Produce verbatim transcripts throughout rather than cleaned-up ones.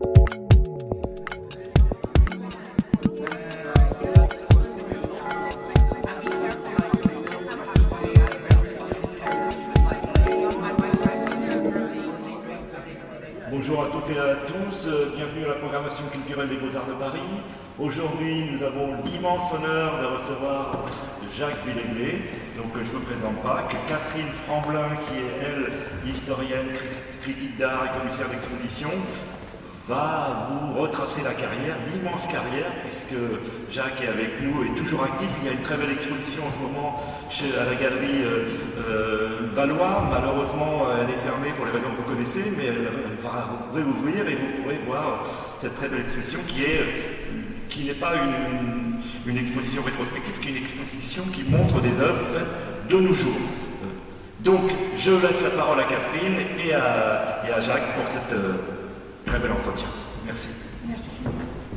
Bonjour à toutes et à tous, bienvenue à la programmation culturelle des Beaux-Arts de Paris. Aujourd'hui, nous avons l'immense honneur de recevoir Jacques Villéglet, donc je ne me présente pas, que Catherine Framblin, qui est elle historienne, critique d'art et commissaire d'exposition, va vous retracer la carrière, l'immense carrière, puisque Jacques est avec nous et toujours actif. Il y a une très belle exposition en ce moment chez, à la galerie euh, euh, Valois. Malheureusement, elle est fermée pour les raisons que vous connaissez, mais elle, elle va réouvrir et vous pourrez voir cette très belle exposition qui est, qui n'est pas une, une exposition rétrospective, qui est une exposition qui montre des œuvres faites de nos jours. Donc, je laisse la parole à Catherine et à, et à Jacques pour cette euh, très bel entretien. Merci. Merci.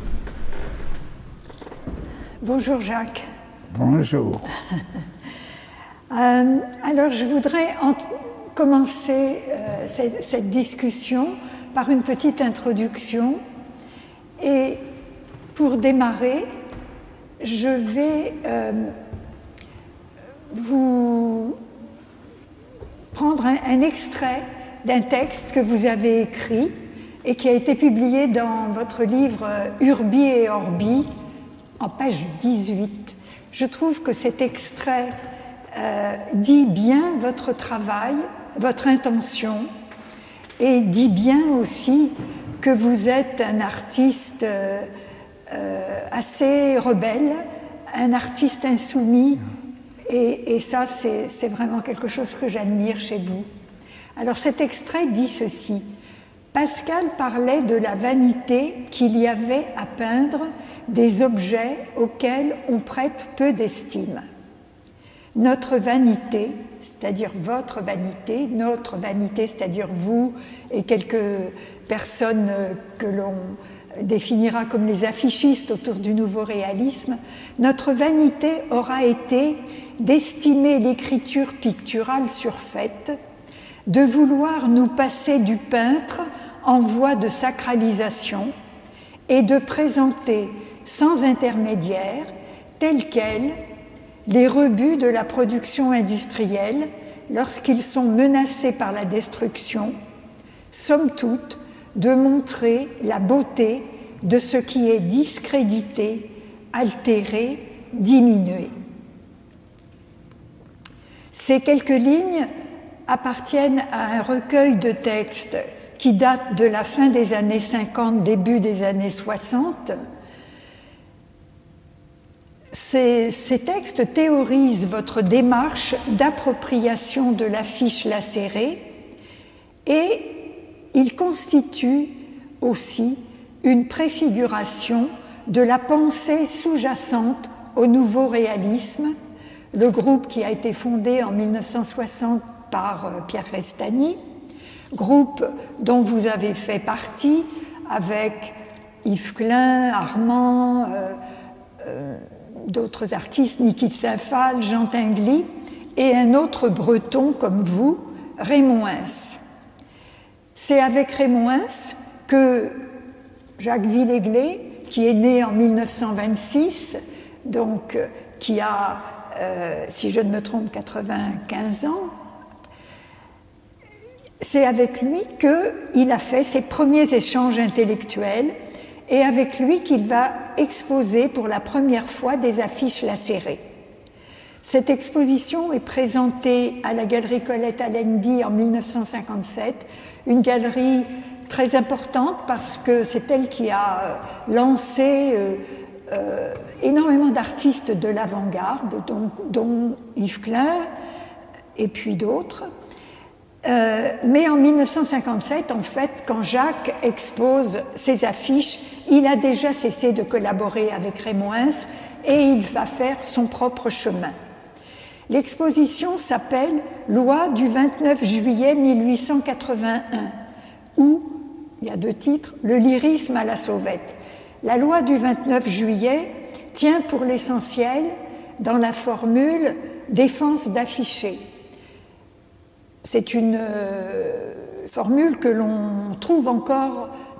Bonjour Jacques. Bonjour. euh, alors je voudrais en commencer euh, cette, cette discussion par une petite introduction. Et pour démarrer, je vais euh, vous prendre un, un extrait d'un texte que vous avez écrit et qui a été publié dans votre livre Urbi et Orbi, en page dix-huit. Je trouve que cet extrait euh, dit bien votre travail, votre intention, et dit bien aussi que vous êtes un artiste euh, euh, assez rebelle, un artiste insoumis, et, et ça, c'est, c'est vraiment quelque chose que j'admire chez vous. Alors cet extrait dit ceci. Pascal parlait de la vanité qu'il y avait à peindre des objets auxquels on prête peu d'estime. Notre vanité, c'est-à-dire votre vanité, notre vanité, c'est-à-dire vous et quelques personnes que l'on définira comme les affichistes autour du nouveau réalisme, notre vanité aura été d'estimer l'écriture picturale surfaite, de vouloir nous passer du peintre en voie de sacralisation et de présenter sans intermédiaire, tels quels, les rebuts de la production industrielle lorsqu'ils sont menacés par la destruction, somme toute, de montrer la beauté de ce qui est discrédité, altéré, diminué. Ces quelques lignes appartiennent à un recueil de textes qui date de la fin des années cinquante, début des années soixante. Ces, ces textes théorisent votre démarche d'appropriation de l'affiche lacérée et ils constituent aussi une préfiguration de la pensée sous-jacente au nouveau réalisme, le groupe qui a été fondé en mille neuf cent soixante par Pierre Restany, groupe dont vous avez fait partie avec Yves Klein, Armand, euh, euh, d'autres artistes, Niki de Saint-Phal, Jean Tinguely, et un autre breton comme vous, Raymond Hins. C'est avec Raymond Hins que Jacques Villéglet, qui est né en mille neuf cent vingt-six, donc qui a, euh, si je ne me trompe, quatre-vingt-quinze ans, c'est avec lui qu'il a fait ses premiers échanges intellectuels et avec lui qu'il va exposer pour la première fois des affiches lacérées. Cette exposition est présentée à la Galerie Colette Allenby en mille neuf cent cinquante-sept, une galerie très importante parce que c'est elle qui a lancé euh, euh, énormément d'artistes de l'avant-garde, dont, dont Yves Klein et puis d'autres. Euh, mais en mille neuf cent cinquante-sept, en fait, quand Jacques expose ses affiches, il a déjà cessé de collaborer avec Raymond Hins et il va faire son propre chemin. L'exposition s'appelle « Loi du vingt-neuf juillet mille huit cent quatre-vingt-un » où, il y a deux titres, « Le lyrisme à la sauvette ». La loi du vingt-neuf juillet tient pour l'essentiel dans la formule « défense d'afficher ». C'est une euh, formule que l'on trouve encore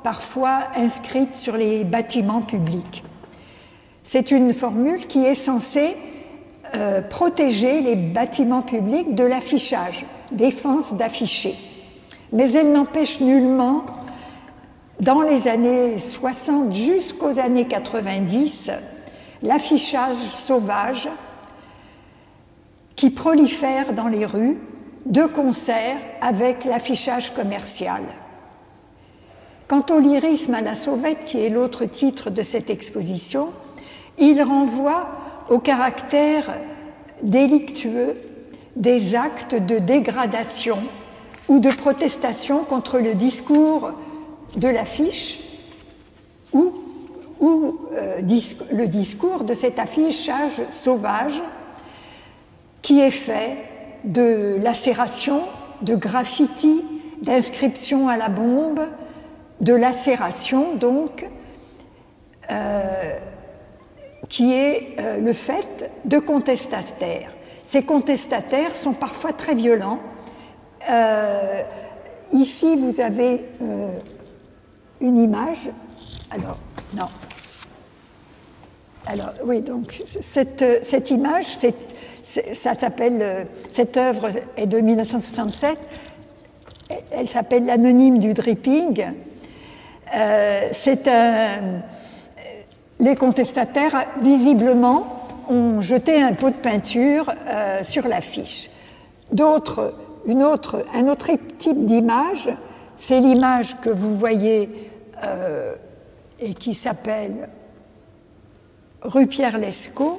parfois inscrites sur les bâtiments publics. C'est une formule qui est censée euh, protéger les bâtiments publics de l'affichage, défense d'afficher. Mais elle n'empêche nullement, dans les années soixante jusqu'aux années quatre-vingt-dix, l'affichage sauvage qui prolifère dans les rues de concert avec l'affichage commercial. Quant au lyrisme à la sauvette, qui est l'autre titre de cette exposition, il renvoie au caractère délictueux des actes de dégradation ou de protestation contre le discours de l'affiche ou, ou euh, dis- le discours de cet affichage sauvage qui est fait de lacération, de graffiti, d'inscriptions à la bombe, de lacération donc, euh, qui est euh, le fait de contestataires. Ces contestataires sont parfois très violents. Euh, ici, vous avez euh, une image. Alors, non. Alors, oui, donc, cette, cette image, c'est, c'est, ça s'appelle, cette œuvre est de mille neuf cent soixante-sept, elle s'appelle L'anonyme du dripping. Euh, c'est un, les contestataires, visiblement, ont jeté un pot de peinture euh, sur l'affiche. D'autres, une autre, un autre type d'image, c'est l'image que vous voyez euh, et qui s'appelle rue Pierre-Lescot.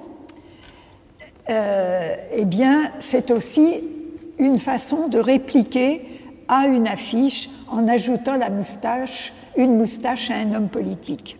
Euh, eh bien, c'est aussi une façon de répliquer à une affiche en ajoutant la moustache, une moustache à un homme politique.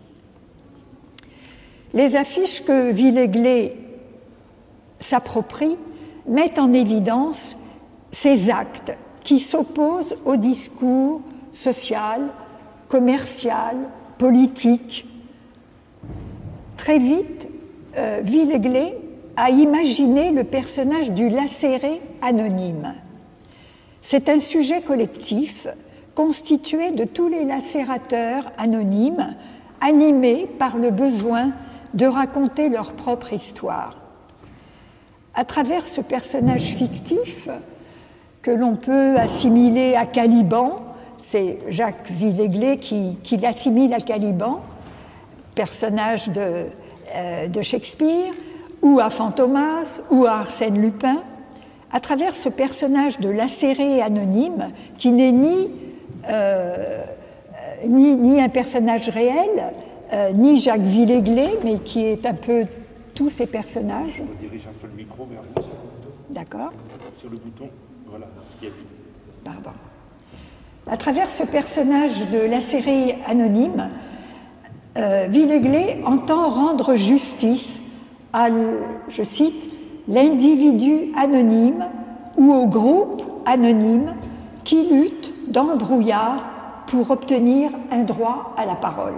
Les affiches que Villègle s'approprie mettent en évidence ces actes qui s'opposent au discours social, commercial, politique. Très vite, euh, Villègle a imaginé le personnage du lacéré anonyme. C'est un sujet collectif constitué de tous les lacérateurs anonymes, animés par le besoin de raconter leur propre histoire. À travers ce personnage fictif, que l'on peut assimiler à Caliban, c'est Jacques Villègle qui, qui l'assimile à Caliban, personnage de, euh, de Shakespeare, ou à Fantomas, ou à Arsène Lupin, à travers ce personnage de lacéré anonyme, qui n'est ni, euh, ni, ni un personnage réel, euh, ni Jacques Villègle, mais qui est un peu tous ces personnages. On dirige un peu le micro vers vous. D'accord. Sur le bouton, voilà. Pardon. À travers ce personnage de lacéré anonyme, euh, Villègle entend rendre justice à, je cite, l'individu anonyme ou au groupe anonyme qui lutte dans le brouillard pour obtenir un droit à la parole.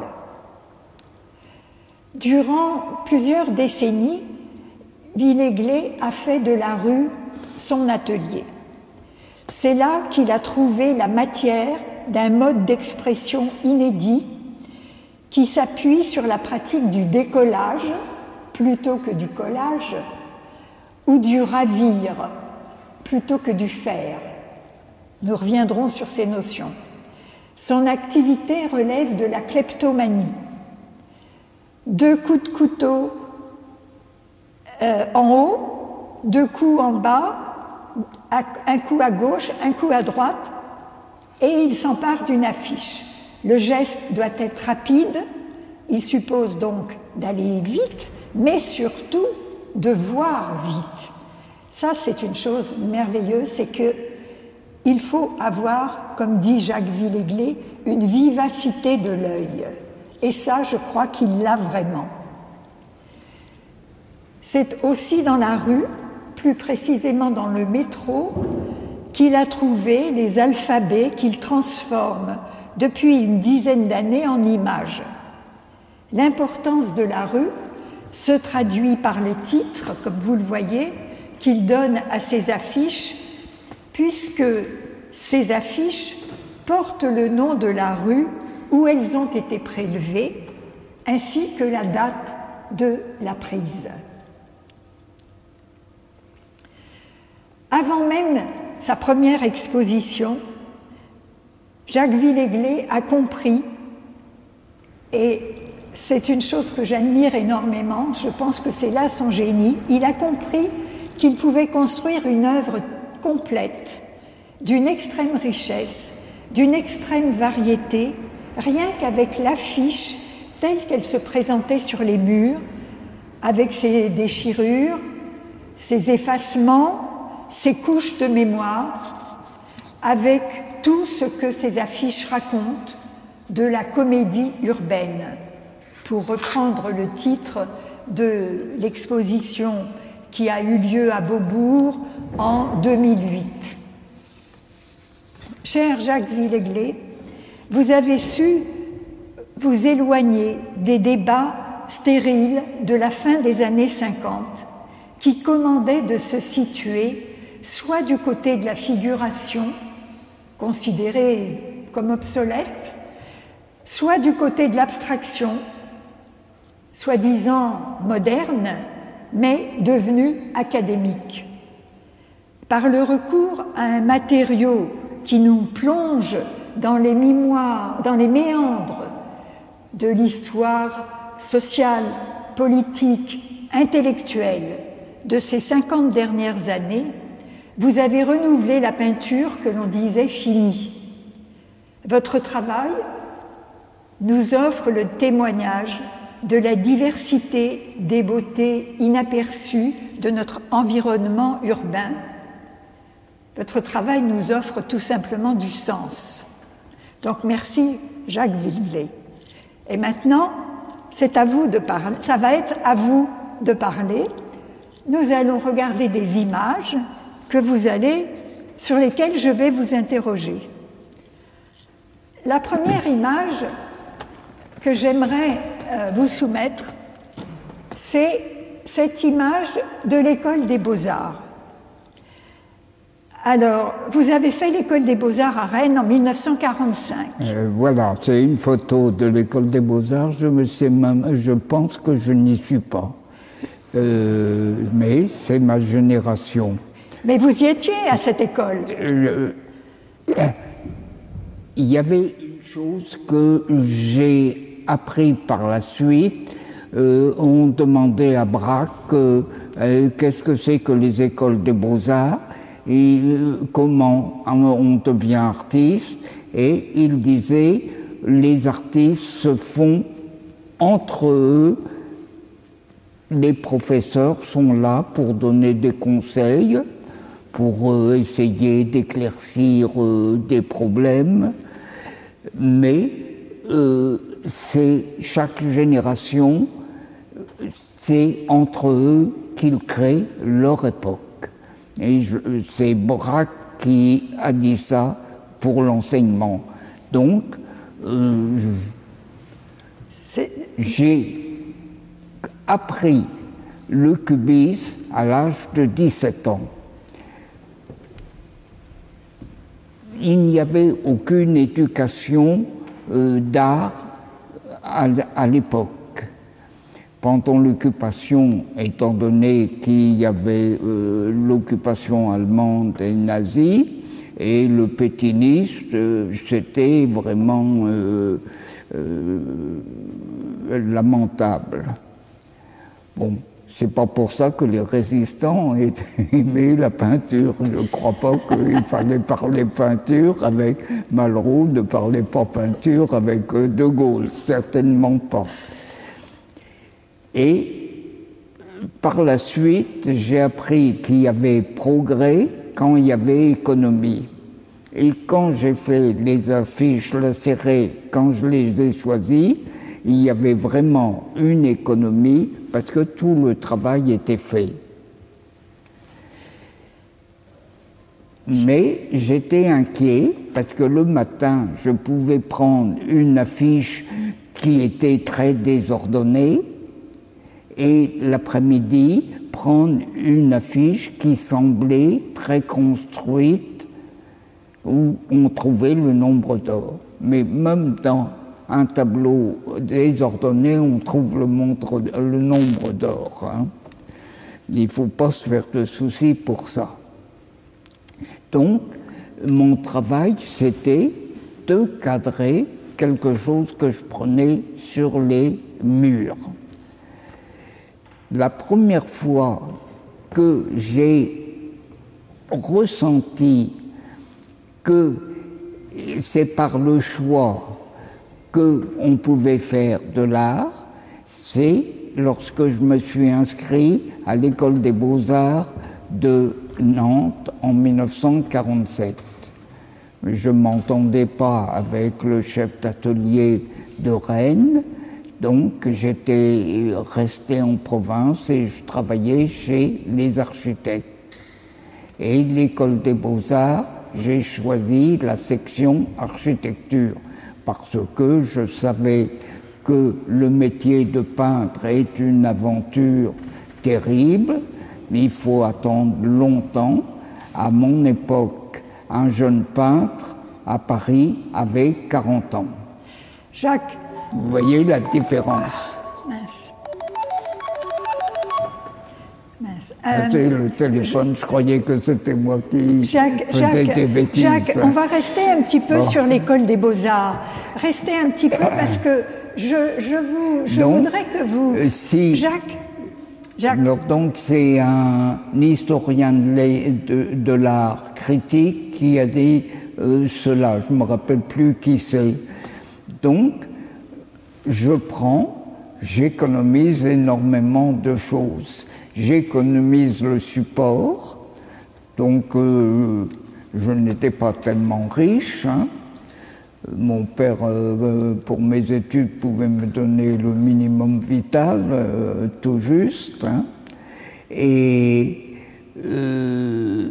Durant plusieurs décennies, Villègle a fait de la rue son atelier. C'est là qu'il a trouvé la matière d'un mode d'expression inédit qui s'appuie sur la pratique du décollage plutôt que du collage, ou du ravir plutôt que du faire. Nous reviendrons sur ces notions. Son activité relève de la kleptomanie. Deux coups de couteau euh, en haut, deux coups en bas, un coup à gauche, un coup à droite, et il s'empare d'une affiche. Le geste doit être rapide, il suppose donc d'aller vite, mais surtout de voir vite. Ça, c'est une chose merveilleuse, c'est que il faut avoir, comme dit Jacques Villègle, une vivacité de l'œil. Et ça, je crois qu'il l'a vraiment. C'est aussi dans la rue, plus précisément dans le métro, qu'il a trouvé les alphabets qu'il transforme depuis une dizaine d'années en images. L'importance de la rue se traduit par les titres, comme vous le voyez, qu'il donne à ces affiches, puisque ces affiches portent le nom de la rue où elles ont été prélevées, ainsi que la date de la prise. Avant même sa première exposition, Jacques Villéglet a compris, et c'est une chose que j'admire énormément, je pense que c'est là son génie, il a compris qu'il pouvait construire une œuvre complète, d'une extrême richesse, d'une extrême variété, rien qu'avec l'affiche telle qu'elle se présentait sur les murs, avec ses déchirures, ses effacements, ses couches de mémoire, avec tout ce que ces affiches racontent de la comédie urbaine, pour reprendre le titre de l'exposition qui a eu lieu à Beaubourg en deux mille huit. Cher Jacques Villéglet, vous avez su vous éloigner des débats stériles de la fin des années cinquante qui commandaient de se situer soit du côté de la figuration, considérée comme obsolète, soit du côté de l'abstraction, soi-disant moderne, mais devenue académique. Par le recours à un matériau qui nous plonge dans les mémoires, dans les méandres de l'histoire sociale, politique, intellectuelle de ces cinquante dernières années, vous avez renouvelé la peinture que l'on disait finie. Votre travail nous offre le témoignage de la diversité des beautés inaperçues de notre environnement urbain. Votre travail nous offre tout simplement du sens. Donc merci Jacques Villéglet. Et maintenant, c'est à vous de parler. Ça va être à vous de parler. Nous allons regarder des images que vous allez, sur lesquelles je vais vous interroger. La première image que j'aimerais euh, vous soumettre, c'est cette image de l'École des Beaux-Arts. Alors, vous avez fait l'École des Beaux-Arts à Rennes en mille neuf cent quarante-cinq. Euh, voilà, c'est une photo de l'École des Beaux-Arts. Je, me sais même, je pense que je n'y suis pas. Euh, mais c'est ma génération. Mais vous y étiez à cette école. Euh, il y avait une chose que j'ai appris par la suite. Euh, on demandait à Braque euh, euh, qu'est-ce que c'est que les écoles des Beaux-Arts et euh, comment on devient artiste. Et il disait les artistes se font entre eux. Les professeurs sont là pour donner des conseils, pour euh, essayer d'éclaircir euh, des problèmes, mais euh, c'est chaque génération, c'est entre eux qu'ils créent leur époque. Et je, c'est Braque qui a dit ça pour l'enseignement. Donc, euh, j'ai appris le cubisme à l'âge de dix-sept ans. Il n'y avait aucune éducation euh, d'art à, à l'époque. Pendant l'occupation, étant donné qu'il y avait euh, l'occupation allemande et nazie, et le pétiniste, euh, c'était vraiment euh, euh, lamentable. Bon, c'est pas pour ça que les résistants aimaient la peinture. Je ne crois pas qu'il fallait parler peinture avec Malraux, ne parlait pas peinture avec De Gaulle, certainement pas. Et par la suite, j'ai appris qu'il y avait progrès quand il y avait économie. Et quand j'ai fait les affiches lacérées, quand je les ai choisies, il y avait vraiment une économie parce que tout le travail était fait. Mais j'étais inquiet parce que le matin, je pouvais prendre une affiche qui était très désordonnée et l'après-midi, prendre une affiche qui semblait très construite où on trouvait le nombre d'or. Mais même dans un tableau désordonné, on trouve le, montre, le nombre d'or. Hein. Il ne faut pas se faire de soucis pour ça. Donc, mon travail, c'était de cadrer quelque chose que je prenais sur les murs. La première fois que j'ai ressenti que c'est par le choix qu'on pouvait faire de l'art, c'est lorsque je me suis inscrit à l'École des Beaux-Arts de Nantes en mille neuf cent quarante-sept. Je ne m'entendais pas avec le chef d'atelier de Rennes, donc j'étais resté en province et je travaillais chez les architectes. Et l'École des Beaux-Arts, j'ai choisi la section architecture parce que je savais que le métier de peintre est une aventure terrible, il faut attendre longtemps. À mon époque, un jeune peintre à Paris avait quarante ans. Jacques. Vous voyez la différence. Mince. Mince. Euh, c'est le téléphone, je croyais que c'était moi qui Jacques, faisais Jacques, des bêtises. Jacques, on va rester un petit peu bon. sur l'École des Beaux-Arts. Restez un petit peu parce que je, je, vous, je donc, voudrais que vous... Euh, si, Jacques, Jacques. Alors, donc c'est un historien de, de, de l'art critique qui a dit euh, cela, je ne me rappelle plus qui c'est. Donc, je prends, j'économise énormément de choses. J'économise le support, donc euh, je n'étais pas tellement riche. Hein. Mon père, euh, pour mes études, pouvait me donner le minimum vital, euh, tout juste. Hein. Et euh,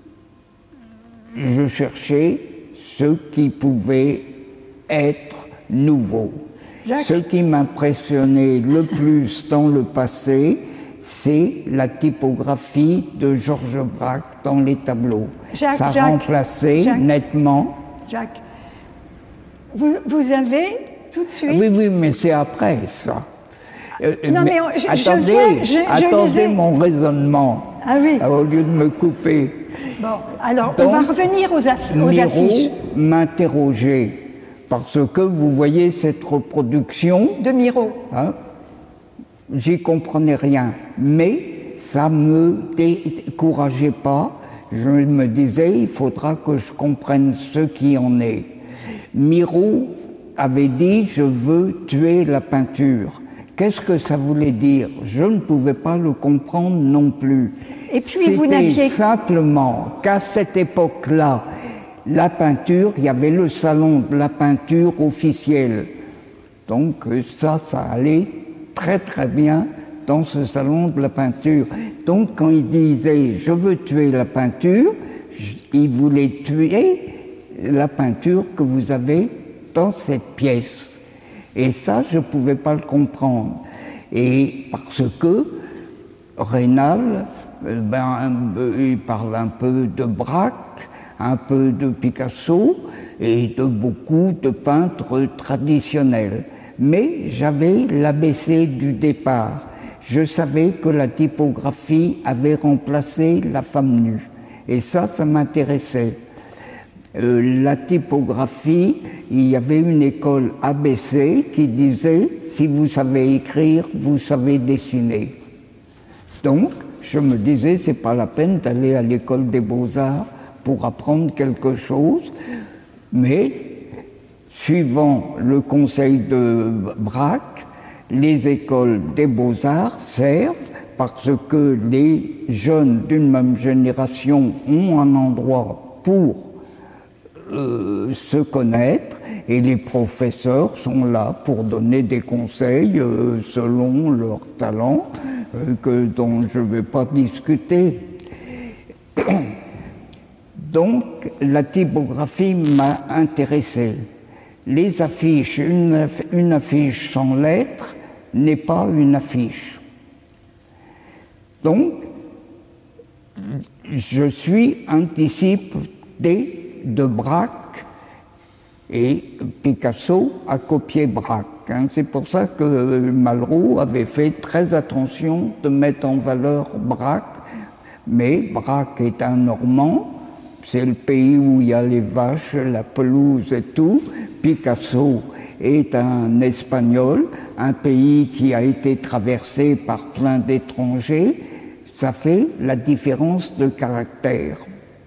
je cherchais ce qui pouvait être nouveau. Jacques. Ce qui m'impressionnait le plus dans le passé, c'est la typographie de Georges Braque dans les tableaux. Jacques, Ça Jacques, remplaçait Jacques, nettement. Jacques, vous, vous avez tout de suite. Oui, oui, mais c'est après ça. Euh, non, mais, mais on, je, attendez, je viens, je, attendez je mon raisonnement. Ah oui. Au lieu de me couper. Bon, alors Donc, on va revenir aux, aff aux Miro affiches. m'interrogeait parce que vous voyez cette reproduction de Miro. Hein, j'y comprenais rien, mais ça me décourageait pas. Je me disais, il faudra que je comprenne ce qui en est. Miro avait dit, je veux tuer la peinture. Qu'est-ce que ça voulait dire? Je ne pouvais pas le comprendre non plus. Et puis vous n'aviez... C'était simplement qu'à cette époque-là, la peinture, il y avait le salon de la peinture officielle. Donc ça, ça allait très très bien dans ce salon de la peinture. Donc quand il disait « je veux tuer la peinture », il voulait tuer la peinture que vous avez dans cette pièce. Et ça, je ne pouvais pas le comprendre. Et parce que Rénal, ben, il parle un peu de Braque, un peu de Picasso et de beaucoup de peintres traditionnels. Mais j'avais l'A B C du départ. Je savais que la typographie avait remplacé la femme nue. Et ça, ça m'intéressait. Euh, la typographie, il y avait une école A B C qui disait « si vous savez écrire, vous savez dessiner ». Donc, je me disais, c'est pas la peine d'aller à l'école des Beaux-Arts pour apprendre quelque chose, mais suivant le conseil de Braque, les écoles des Beaux-Arts servent parce que les jeunes d'une même génération ont un endroit pour euh, se connaître et les professeurs sont là pour donner des conseils euh, selon leur talent, euh, que, dont je ne vais pas discuter. Donc, la typographie m'a intéressé. Les affiches, une, une affiche sans lettres n'est pas une affiche. Donc, je suis un disciple de Braque Et Picasso a copié Braque. Hein. C'est pour ça que Malraux avait fait très attention de mettre en valeur Braque. Mais Braque est un Normand, c'est le pays où il y a les vaches, la pelouse et tout. Picasso est un Espagnol, un pays qui a été traversé par plein d'étrangers. Ça fait la différence de caractère.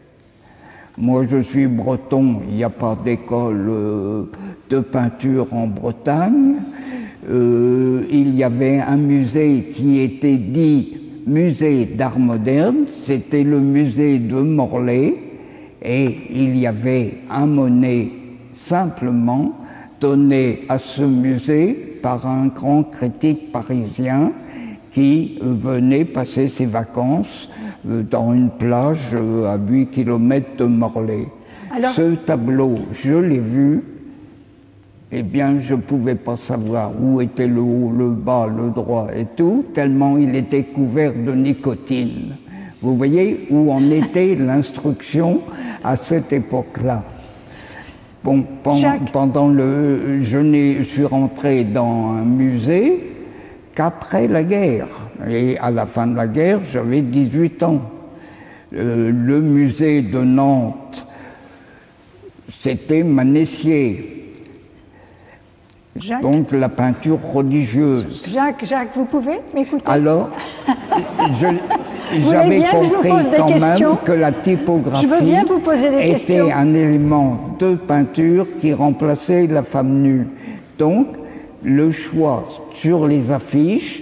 Moi, je suis breton, il n'y a pas d'école euh, de peinture en Bretagne. Euh, il y avait un musée qui était dit musée d'art moderne, c'était le musée de Morlaix, et il y avait un Monet simplement donné à ce musée par un grand critique parisien qui venait passer ses vacances dans une plage à huit kilomètres de Morlaix. Alors, ce tableau, je l'ai vu, eh bien, je ne pouvais pas savoir où était le haut, le bas, le droit et tout, tellement il était couvert de nicotine. Vous voyez où en était l'instruction à cette époque-là. Bon, pendant, pendant le... Je n'ai, je suis rentré dans un musée qu'après la guerre. Et à la fin de la guerre, j'avais dix-huit ans. Euh, le musée de Nantes, c'était Manessier. Jacques, donc la peinture religieuse. Jacques, Jacques, vous pouvez m'écouter? Alors, j'avais compris quand questions? même que la typographie Je veux bien vous poser des était questions. un élément de peinture qui remplaçait la femme nue. Donc, le choix sur les affiches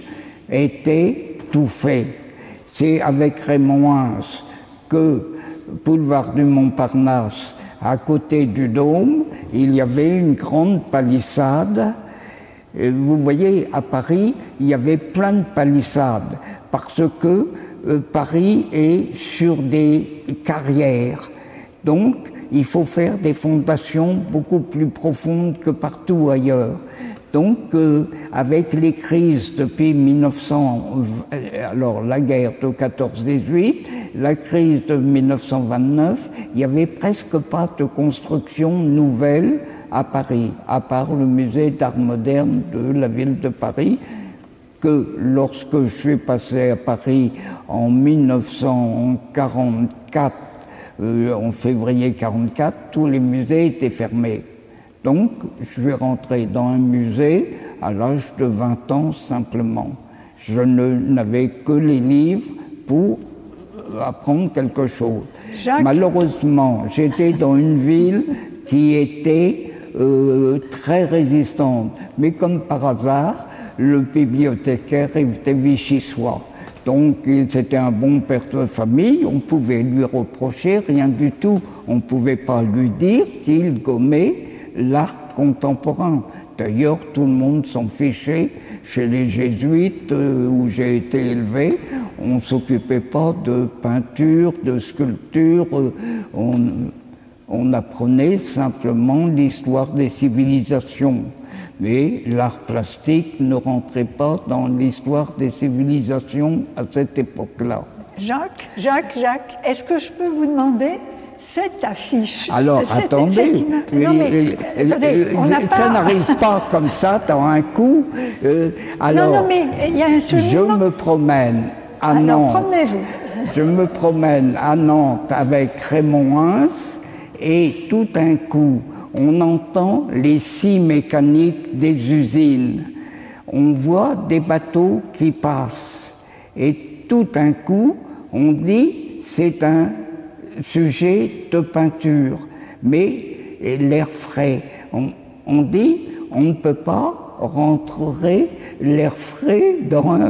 était tout fait. C'est avec Raymond Hins que boulevard du Montparnasse, à côté du Dôme, il y avait une grande palissade. Et vous voyez, à Paris, il y avait plein de palissades, parce que euh, Paris est sur des carrières. Donc, il faut faire des fondations beaucoup plus profondes que partout ailleurs. Donc, euh, avec les crises depuis mille neuf cent vingt, alors la guerre de quatorze dix-huit, la crise de mille neuf cent vingt-neuf, il n'y avait presque pas de construction nouvelle à Paris, à part le musée d'art moderne de la ville de Paris, que lorsque je suis passé à Paris en mille neuf cent quarante-quatre, euh, en février quarante-quatre, tous les musées étaient fermés. Donc, je suis rentré dans un musée à l'âge de vingt ans simplement. Je n'avais que les livres pour apprendre quelque chose. Jacques. Malheureusement, j'étais dans une ville qui était euh, très résistante. Mais comme par hasard, le bibliothécaire était vichysois. Donc, c'était un bon père de famille, on pouvait lui reprocher rien du tout. On ne pouvait pas lui dire qu'il gommait l'art contemporain. D'ailleurs, tout le monde s'en fichait. Chez les jésuites, euh, où j'ai été élevé, on ne s'occupait pas de peinture, de sculpture. Euh, on, on apprenait simplement l'histoire des civilisations. Mais l'art plastique ne rentrait pas dans l'histoire des civilisations à cette époque-là. Jacques, Jacques, Jacques, est-ce que je peux vous demander cette affiche? Alors, cette, attendez, cette ima... non, mais, euh, attendez euh, on n'a ça pas... n'arrive pas comme ça dans un coup. Euh, alors, non, non, mais il y a un je me promène à alors, Nantes. promenez-vous. Je me promène à Nantes avec Raymond Hins et tout d'un coup, on entend les scies mécaniques des usines. On voit des bateaux qui passent et tout d'un coup, on dit c'est un sujet de peinture, mais l'air frais. On, on dit on ne peut pas rentrer l'air frais dans un...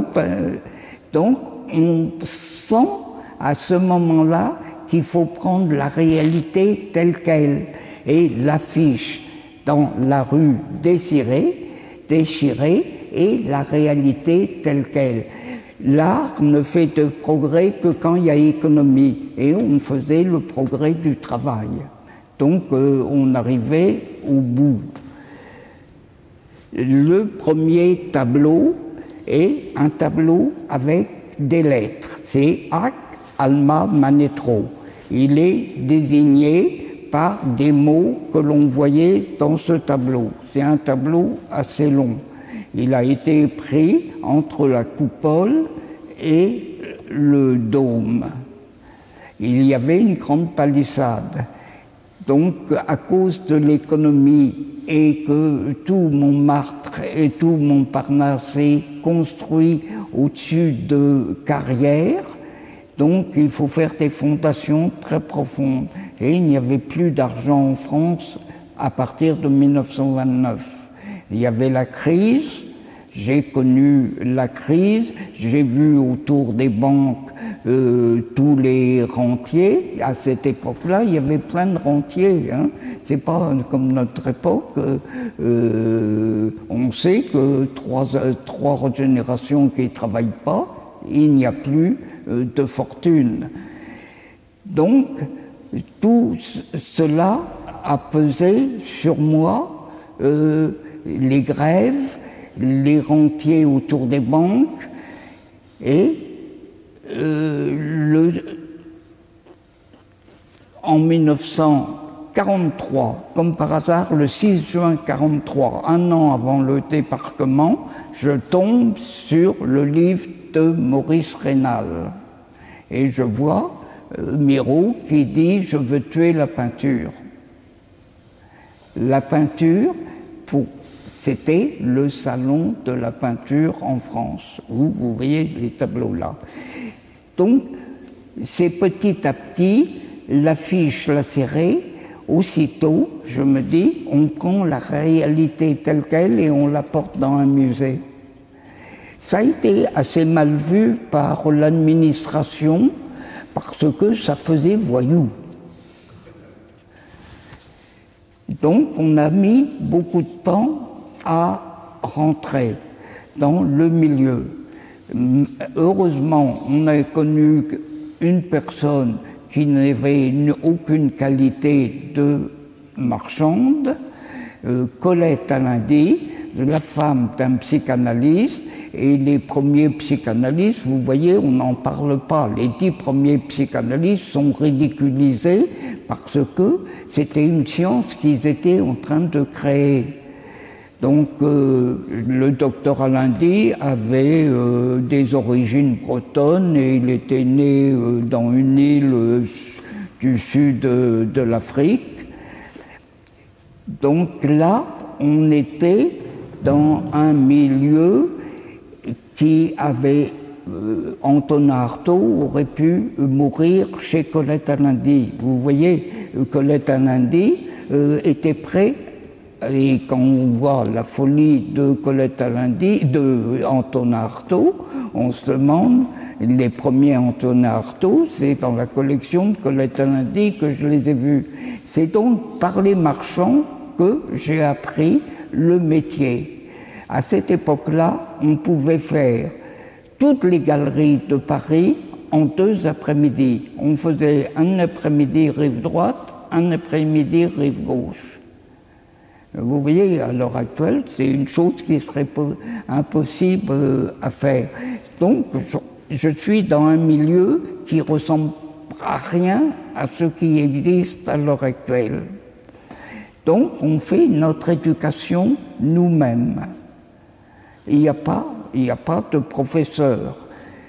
Donc on sent à ce moment-là qu'il faut prendre la réalité telle qu'elle. Et l'affiche dans la rue déchirée, déchirée et la réalité telle qu'elle. L'art ne fait de progrès que quand il y a économie, et on faisait le progrès du travail. Donc euh, on arrivait au bout. Le premier tableau est un tableau avec des lettres. C'est Hac Alma Manetro. Il est désigné par des mots que l'on voyait dans ce tableau. C'est un tableau assez long. Il a été pris entre la coupole et le dôme. Il y avait une grande palissade. Donc, à cause de l'économie et que tout Montmartre et tout Montparnasse est construit au-dessus de carrières, donc il faut faire des fondations très profondes. Et il n'y avait plus d'argent en France à partir de mille neuf cent vingt-neuf. Il y avait la crise, j'ai connu la crise, j'ai vu autour des banques euh, tous les rentiers. À cette époque-là, il y avait plein de rentiers. Hein. C'est pas comme notre époque. Euh, on sait que trois, trois générations qui ne travaillent pas, il n'y a plus euh, de fortune. Donc, tout cela a pesé sur moi, euh, les grèves, les rentiers autour des banques et euh, le, en mille neuf cent quarante-trois, comme par hasard, le six juin mille neuf cent quarante-trois, un an avant le débarquement, je tombe sur le livre de Maurice Raynal et je vois euh, Miro qui dit « Je veux tuer la peinture ». La peinture, pour c'était le salon de la peinture en France, où vous voyez les tableaux là. Donc, c'est petit à petit, l'affiche lacérée, aussitôt, je me dis, on prend la réalité telle qu'elle et on la porte dans un musée. Ça a été assez mal vu par l'administration, parce que ça faisait voyou. Donc, on a mis beaucoup de temps à rentrer dans le milieu. Heureusement, on a connu une personne qui n'avait aucune qualité de marchande, euh, Colette Allendy, la femme d'un psychanalyste, et les premiers psychanalystes, vous voyez, on n'en parle pas. Les dix premiers psychanalystes sont ridiculisés parce que c'était une science qu'ils étaient en train de créer. Donc, euh, le docteur Allendy avait euh, des origines bretonnes et il était né euh, dans une île euh, du sud de, de l'Afrique. Donc là, on était dans un milieu qui avait, euh, Antonin Artaud aurait pu mourir chez Colette Allendy. Vous voyez, Colette Allendy euh, était prêt. Et quand on voit la folie de Colette Allendy, de Antonin Artaud, on se demande, les premiers Antonin Artaud, c'est dans la collection de Colette Allendy que je les ai vus. C'est donc par les marchands que j'ai appris le métier. À cette époque-là, on pouvait faire toutes les galeries de Paris en deux après-midi. On faisait un après-midi rive droite, un après-midi rive gauche. Vous voyez, à l'heure actuelle, c'est une chose qui serait impossible à faire. Donc, je suis dans un milieu qui ressemble à rien à ce qui existe à l'heure actuelle. Donc, on fait notre éducation nous-mêmes. Il n'y a pas, il n'y a pas de professeur.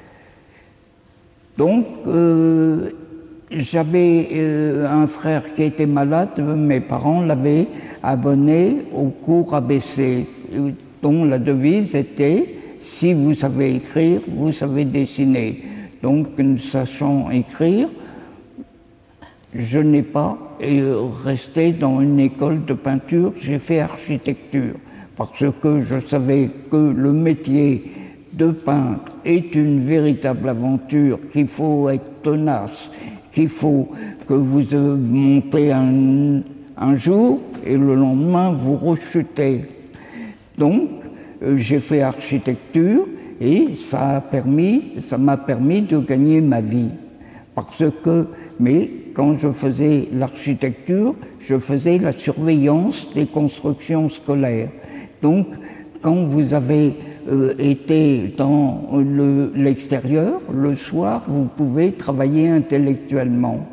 Donc, euh, j'avais euh, un frère qui était malade, mes parents l'avaient abonné au cours A B C, dont la devise était « Si vous savez écrire, vous savez dessiner ». Donc, ne sachant écrire, je n'ai pas euh, resté dans une école de peinture, j'ai fait architecture, parce que je savais que le métier de peintre est une véritable aventure, qu'il faut être tenace, qu'il faut que vous euh, montez un, un jour et le lendemain vous rechutez. Donc, euh, j'ai fait architecture et ça a permis, ça m'a permis de gagner ma vie. Parce que, mais quand je faisais l'architecture, je faisais la surveillance des constructions scolaires. Donc, quand vous avez euh, été dans le, l'extérieur, le soir, vous pouvez travailler intellectuellement.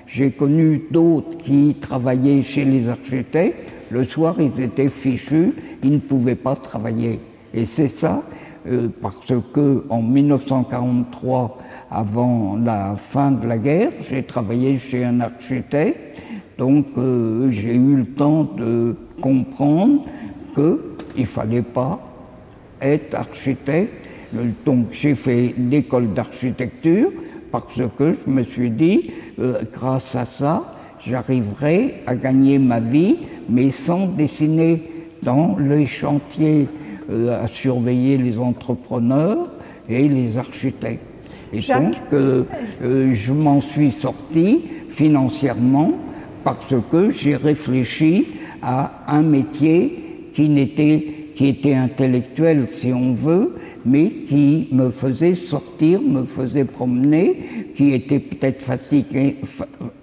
J'ai connu d'autres qui travaillaient chez les architectes. Le soir, ils étaient fichus, ils ne pouvaient pas travailler. Et c'est ça, euh, parce que en mille neuf cent quarante-trois, avant la fin de la guerre, j'ai travaillé chez un architecte. Donc, euh, j'ai eu le temps de comprendre qu'il ne fallait pas être architecte. Donc, j'ai fait l'école d'architecture parce que je me suis dit, euh, grâce à ça, j'arriverai à gagner ma vie, mais sans dessiner dans les chantiers, euh, à surveiller les entrepreneurs et les architectes. Et Jacques, donc, euh, euh, je m'en suis sorti financièrement parce que j'ai réfléchi à un métier qui n'était, qui était intellectuel, si on veut, mais qui me faisait sortir, me faisait promener, qui était peut-être fatigué, fa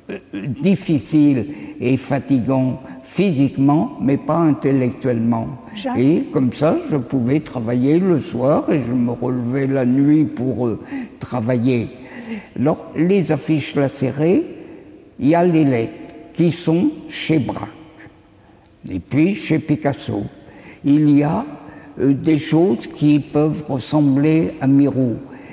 difficile et fatigant physiquement, mais pas intellectuellement. Jacques. Et comme ça, je pouvais travailler le soir et je me relevais la nuit pour euh, travailler. Alors, les affiches lacérées, il y a les lettres qui sont chez Braque et puis chez Picasso. Il y a euh, des choses qui peuvent ressembler à Miro.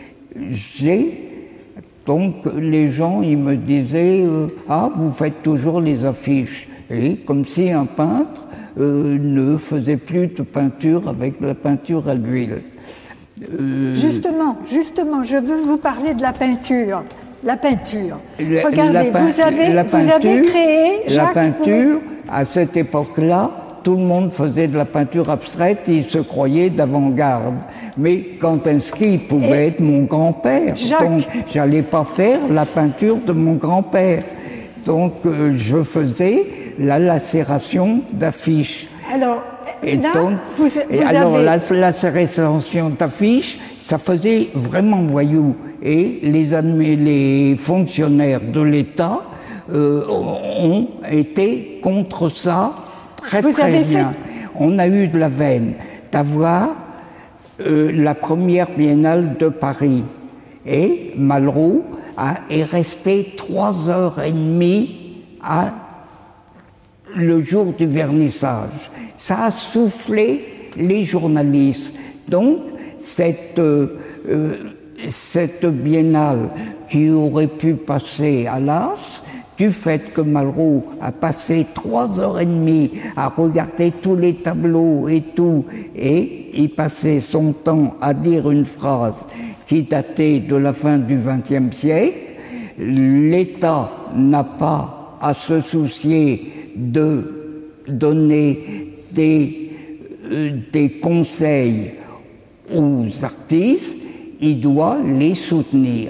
J'ai donc les gens, ils me disaient euh, ah, vous faites toujours les affiches, et comme si un peintre euh, ne faisait plus de peinture avec de la peinture à l'huile. Euh... Justement, justement, je veux vous parler de la peinture. La peinture. La, Regardez, la vous, avez, la vous peinture, avez créé... Jacques, la peinture, vous... à cette époque-là, tout le monde faisait de la peinture abstraite et il se croyait d'avant-garde. Mais Kandinsky pouvait et être mon grand-père. Donc, j'allais pas faire la peinture de mon grand-père. Donc, euh, je faisais la lacération d'affiches. Alors, et là, donc, vous, vous et alors, avez... la lacération d'affiches, ça faisait vraiment voyou. Et les, les fonctionnaires de l'État euh, ont été contre ça très vous très avez bien. Fait... On a eu de la veine d'avoir euh, la première biennale de Paris. Et Malraux a, est resté trois heures et demie à le jour du vernissage. Ça a soufflé les journalistes. Donc, cette, euh, euh, cette biennale qui aurait pu passer à l'as, du fait que Malraux a passé trois heures et demie à regarder tous les tableaux et tout, et il passait son temps à dire une phrase qui datait de la fin du vingtième siècle, l'État n'a pas à se soucier de donner des, euh, des conseils aux artistes, il doit les soutenir.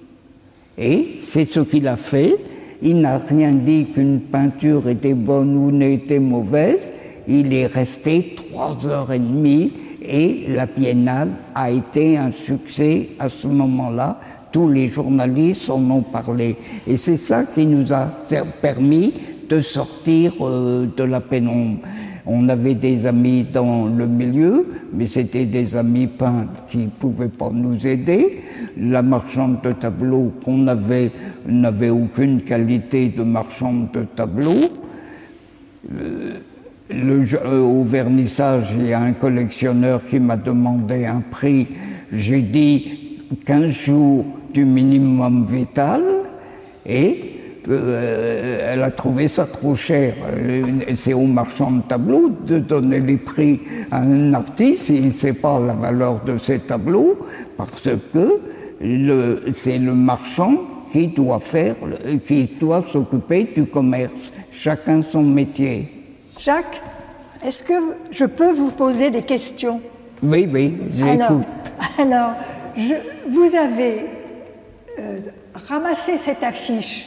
Et c'est ce qu'il a fait. Il n'a rien dit qu'une peinture était bonne ou n'était mauvaise. Il est resté trois heures et demie et la biennale a été un succès à ce moment-là. Tous les journalistes en ont parlé. Et c'est ça qui nous a permis de sortir euh, de la pénombre. On avait des amis dans le milieu, mais c'était des amis peintres qui ne pouvaient pas nous aider. La marchande de tableaux qu'on avait n'avait aucune qualité de marchande de tableaux. Euh, le, euh, au vernissage, il y a un collectionneur qui m'a demandé un prix. J'ai dit quinze jours du minimum vital et Euh, elle a trouvé ça trop cher. C'est aux marchands de tableaux de donner les prix à un artiste s'il ne sait pas la valeur de ses tableaux, parce que le, c'est le marchand qui doit faire, qui doit s'occuper du commerce. Chacun son métier. Jacques, est-ce que je peux vous poser des questions? Oui, oui, j'écoute. Alors, alors je, vous avez euh, ramassé cette affiche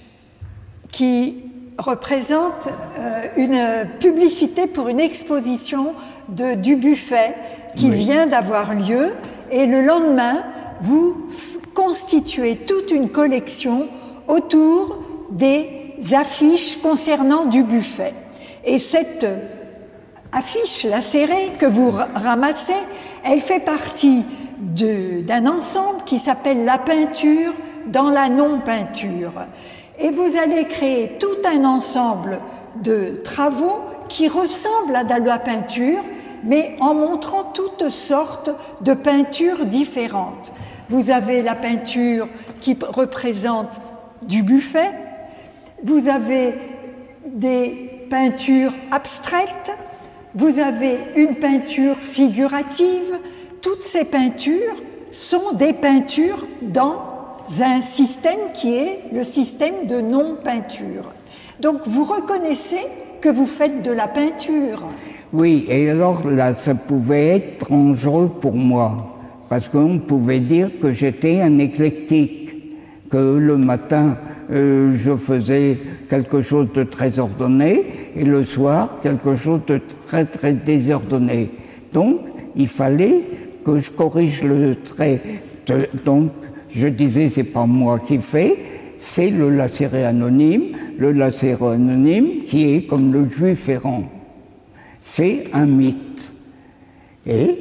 qui représente euh, une publicité pour une exposition de Dubuffet qui oui. vient d'avoir lieu, et le lendemain, vous constituez toute une collection autour des affiches concernant Dubuffet. Et cette affiche lacérée que vous ramassez, elle fait partie de, d'un ensemble qui s'appelle La peinture dans la non-peinture. Et vous allez créer tout un ensemble de travaux qui ressemblent à de la peinture, mais en montrant toutes sortes de peintures différentes. Vous avez la peinture qui représente du buffet, vous avez des peintures abstraites, vous avez une peinture figurative. Toutes ces peintures sont des peintures dans un système qui est le système de non-peinture. Donc vous reconnaissez que vous faites de la peinture. Oui, et alors là, ça pouvait être dangereux pour moi, parce qu'on pouvait dire que j'étais un éclectique, que le matin, euh, je faisais quelque chose de très ordonné, et le soir, quelque chose de très, très désordonné. Donc, il fallait que je corrige le trait. Donc, je disais, c'est pas moi qui fais, c'est le lacéré anonyme, le lacéré anonyme qui est comme le juif errant. C'est un mythe. Et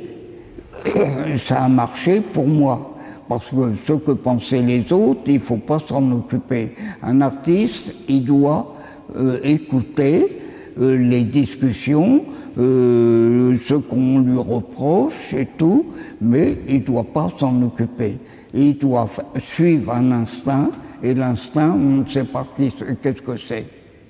ça a marché pour moi, parce que ce que pensaient les autres, il ne faut pas s'en occuper. Un artiste, il doit euh, écouter euh, les discussions, euh, ce qu'on lui reproche et tout, mais il ne doit pas s'en occuper. Il doit suivre un instinct, et l'instinct, on ne sait pas qu'est-ce que c'est.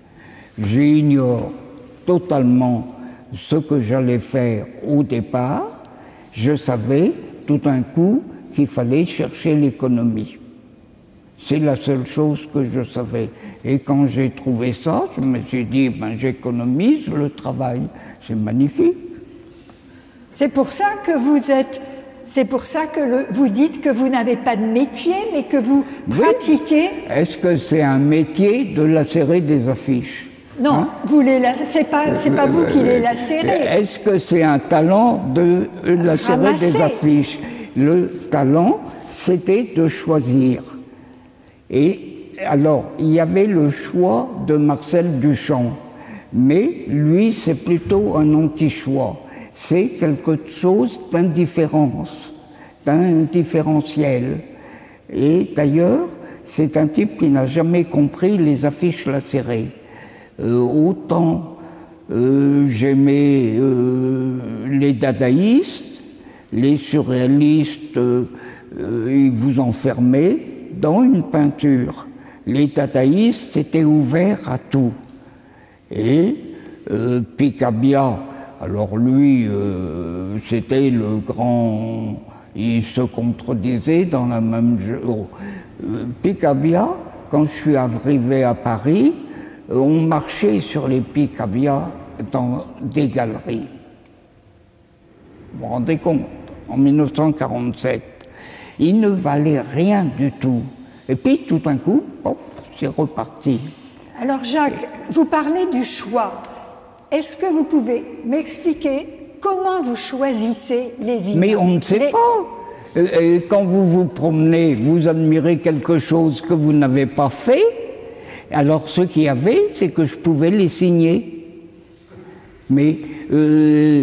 J'ignore totalement ce que j'allais faire au départ. Je savais tout d'un coup qu'il fallait chercher l'économie. C'est la seule chose que je savais. Et quand j'ai trouvé ça, je me suis dit, ben, j'économise le travail. C'est magnifique. C'est pour ça que vous êtes... C'est pour ça que le, vous dites que vous n'avez pas de métier, mais que vous pratiquez... Oui. Est-ce que c'est un métier de lacérer des affiches? Non, hein? vous les c'est pas, c'est pas vous qui les lacérez. Est-ce que c'est un talent de lacérer Ramasser. des affiches? Le talent, c'était de choisir. Et alors, il y avait le choix de Marcel Duchamp, mais lui, c'est plutôt un anti-choix. C'est quelque chose d'indifférence, d'indifférentiel. Et d'ailleurs, c'est un type qui n'a jamais compris les affiches lacérées. Euh, autant euh, j'aimais euh, les dadaïstes, les surréalistes, euh, euh, ils vous enfermaient dans une peinture. Les dadaïstes étaient ouverts à tout. Et euh, Picabia, alors lui, euh, c'était le grand... Il se contredisait dans la même... Euh, Picabia, quand je suis arrivé à Paris, on marchait sur les Picabia dans des galeries. Vous vous rendez compte, en mille neuf cent quarante-sept. Il ne valait rien du tout. Et puis, tout d'un coup, pof, c'est reparti. Alors, Jacques, vous parlez du choix. Est-ce que vous pouvez m'expliquer comment vous choisissez les images? Mais on ne sait les... pas. Et quand vous vous promenez, vous admirez quelque chose que vous n'avez pas fait. Alors, ce qu'il y avait, c'est que je pouvais les signer. Mais euh,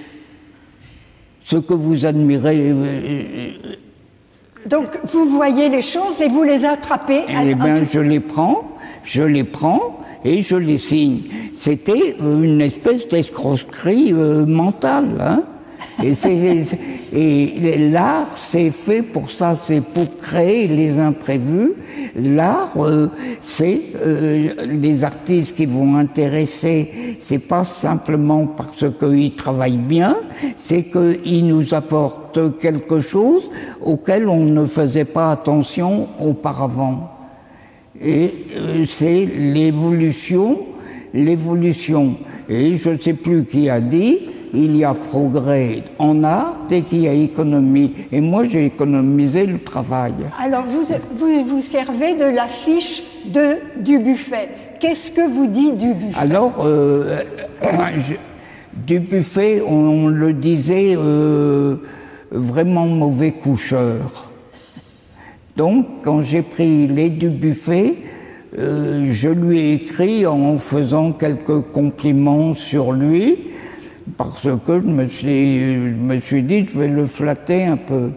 ce que vous admirez... Euh, Donc, vous voyez les choses et vous les attrapez. Eh bien, tout... je les prends, je les prends et je les signe. C'était une espèce d'escroquerie euh, mentale, hein. Et, c'est, et l'art, c'est fait pour ça, c'est pour créer les imprévus. L'art, euh, c'est euh, les artistes qui vont intéresser, c'est pas simplement parce qu'ils travaillent bien, c'est qu'ils nous apportent quelque chose auquel on ne faisait pas attention auparavant. Et euh, c'est l'évolution, l'évolution. Et je ne sais plus qui a dit, il y a progrès en art dès qu'il y a économie. Et moi, j'ai économisé le travail. Alors, vous vous, vous servez de l'affiche de, du buffet. Qu'est-ce que vous dit du buffet? Alors, euh, je, du buffet, on, on le disait euh, vraiment mauvais coucheur. Donc, quand j'ai pris les du buffet, euh, je lui ai écrit en faisant quelques compliments sur lui, parce que je me suis, je me suis dit, je vais le flatter un peu.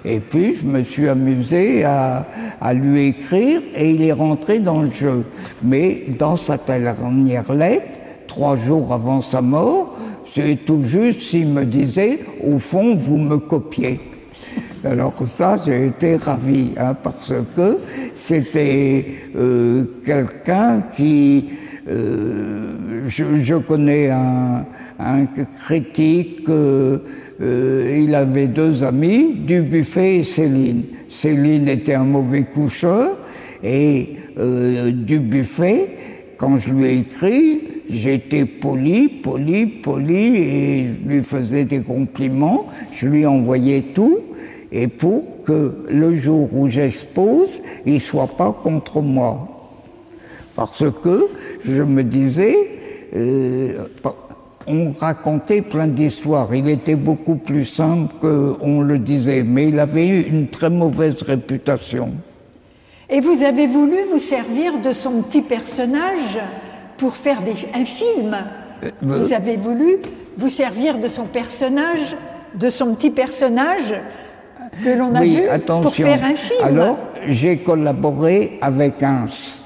Et puis je me suis amusé à, à lui écrire et il est rentré dans le jeu. Mais dans sa dernière lettre, trois jours avant sa mort, c'est tout juste s'il me disait « au fond, vous me copiez ». Alors ça, j'ai été ravi, hein, parce que c'était euh, quelqu'un qui... Euh, je, je connais un, un critique, euh, euh, il avait deux amis, Dubuffet et Céline. Céline était un mauvais coucheur et euh, Dubuffet, quand je lui ai écrit, j'étais poli, poli, poli et je lui faisais des compliments, je lui envoyais tout. Et pour que le jour où j'expose, il ne soit pas contre moi. Parce que je me disais, euh, on racontait plein d'histoires, il était beaucoup plus simple qu'on le disait, mais il avait eu une très mauvaise réputation. Et vous avez voulu vous servir de son petit personnage pour faire des, un film. Euh, vous avez voulu vous servir de son personnage, de son petit personnage que l'on a oui, vu attention. pour faire un film. Alors, j'ai collaboré avec Hans.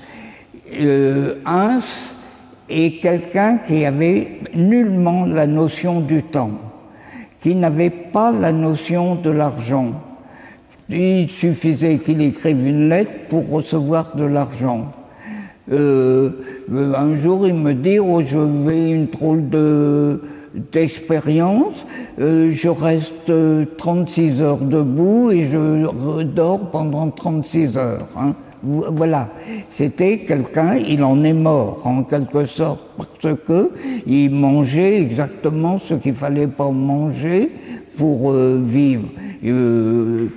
Euh, Hans est quelqu'un qui avait nullement la notion du temps, qui n'avait pas la notion de l'argent. Il suffisait qu'il écrive une lettre pour recevoir de l'argent. Euh, un jour, il me dit oh, « je vais une drôle de... d'expérience, euh, je reste trente-six heures debout et je dors pendant trente-six heures. Hein. Voilà, c'était quelqu'un, il en est mort en quelque sorte, parce que il mangeait exactement ce qu'il fallait pas manger pour euh, vivre. Euh,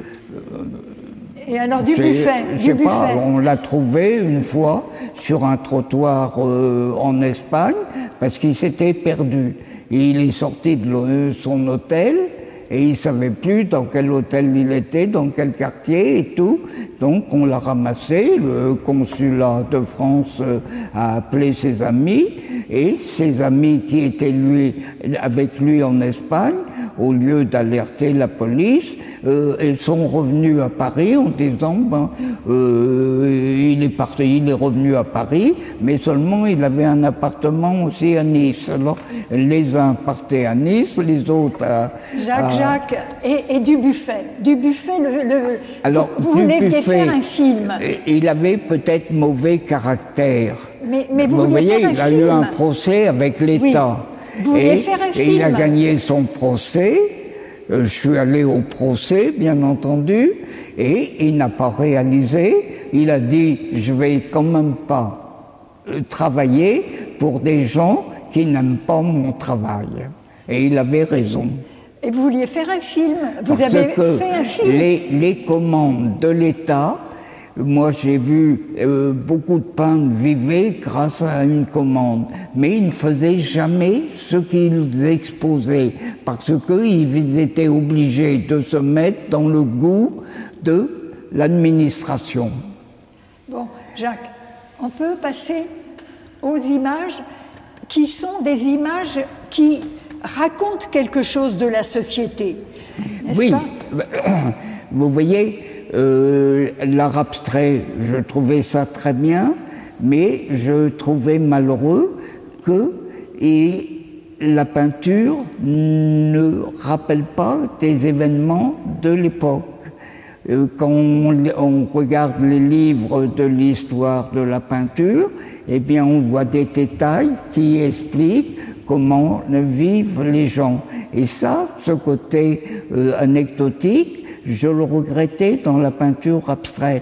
Et alors Dubuffet, je sais pas, on l'a trouvé une fois sur un trottoir euh, en Espagne parce qu'il s'était perdu. Il est sorti de son hôtel et il ne savait plus dans quel hôtel il était, dans quel quartier et tout. Donc on l'a ramassé, le consulat de France a appelé ses amis et ses amis qui étaient lui, avec lui en Espagne, au lieu d'alerter la police, euh, ils sont revenus à Paris en disant ben, euh, il est parti, il est revenu à Paris, mais seulement il avait un appartement aussi à Nice. Alors les uns partaient à Nice, les autres à... Jacques, à... Jacques et, et Dubuffet. Dubuffet, le, le, Alors, vous, vous vouliez faire un film. Il avait peut-être mauvais caractère. Mais, mais vous, vous voulez voyez, faire un il a film. eu un procès avec l'État. Oui. Vous vouliez et, faire un et film. il a gagné son procès. Je suis allé au procès, bien entendu, et il n'a pas réalisé. Il a dit, je vais quand même pas travailler pour des gens qui n'aiment pas mon travail. Et il avait raison. Et vous vouliez faire un film. Vous Parce avez que fait un film. Les, les commandes de l'État, moi j'ai vu euh, beaucoup de peintres vivaient grâce à une commande, mais ils ne faisaient jamais ce qu'ils exposaient, parce qu'ils étaient obligés de se mettre dans le goût de l'administration. Bon, Jacques, on peut passer aux images qui sont des images qui racontent quelque chose de la société, n'est-ce oui, pas? Vous voyez, euh, l'art abstrait, je trouvais ça très bien, mais je trouvais malheureux que et la peinture ne rappelle pas des événements de l'époque. Quand on, on regarde les livres de l'histoire de la peinture, eh bien on voit des détails qui expliquent comment vivent les gens. Et ça, ce côté euh, anecdotique, je le regrettais dans la peinture abstraite.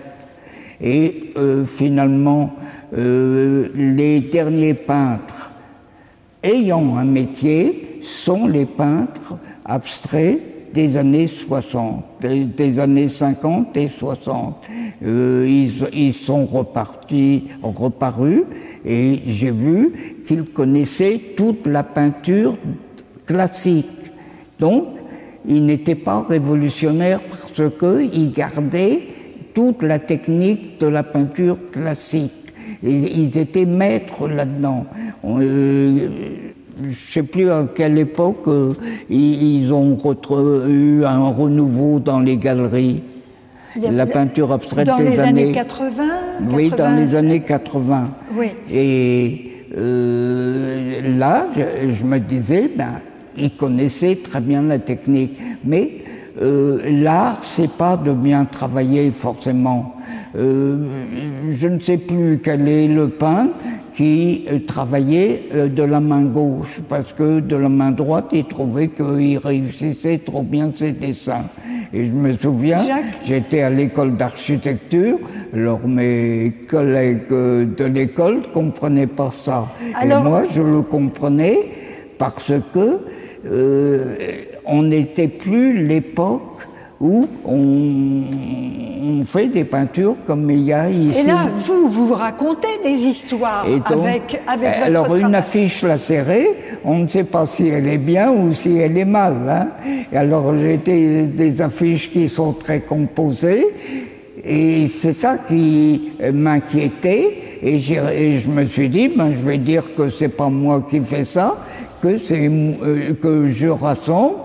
Et euh, finalement, euh, les derniers peintres ayant un métier sont les peintres abstraits des années soixante, des, des années cinquante et soixante. Euh, ils, ils sont repartis, reparus, et j'ai vu qu'ils connaissaient toute la peinture classique. Donc, ils n'étaient pas révolutionnaires parce qu'ils gardaient toute la technique de la peinture classique. Et ils étaient maîtres là-dedans. Euh, je ne sais plus à quelle époque euh, ils, ils ont retrouvé, eu un renouveau dans les galeries. Il y a- La peinture abstraite Dans des les années... années quatre-vingts Oui, dans les quatre-vingt-sept. années quatre-vingts. Oui. Et euh, là, je, je me disais, ben, ils connaissaient très bien la technique. Mais euh, l'art, c'est pas de bien travailler forcément. Euh, je ne sais plus quel est le peintre qui euh, travaillait euh, de la main gauche, parce que de la main droite, il trouvait qu'il réussissait trop bien ses dessins. Et je me souviens, Jacques. j'étais à l'école d'architecture, alors mes collègues euh, de l'école ne comprenaient pas ça. Alors- Et moi, je le comprenais parce que euh, on n'était plus l'époque où on, on fait des peintures comme il y a ici. Et là, vous, vous racontez des histoires Et donc, avec, avec votre alors une travail. affiche lacérée, on ne sait pas si elle est bien ou si elle est mal. Hein. Et alors j'ai des, des affiches qui sont très composées, et c'est ça qui m'inquiétait. Et, j'ai- et je me suis dit, ben, je vais dire que c'est pas moi qui fais ça, que c'est euh, que je rassemble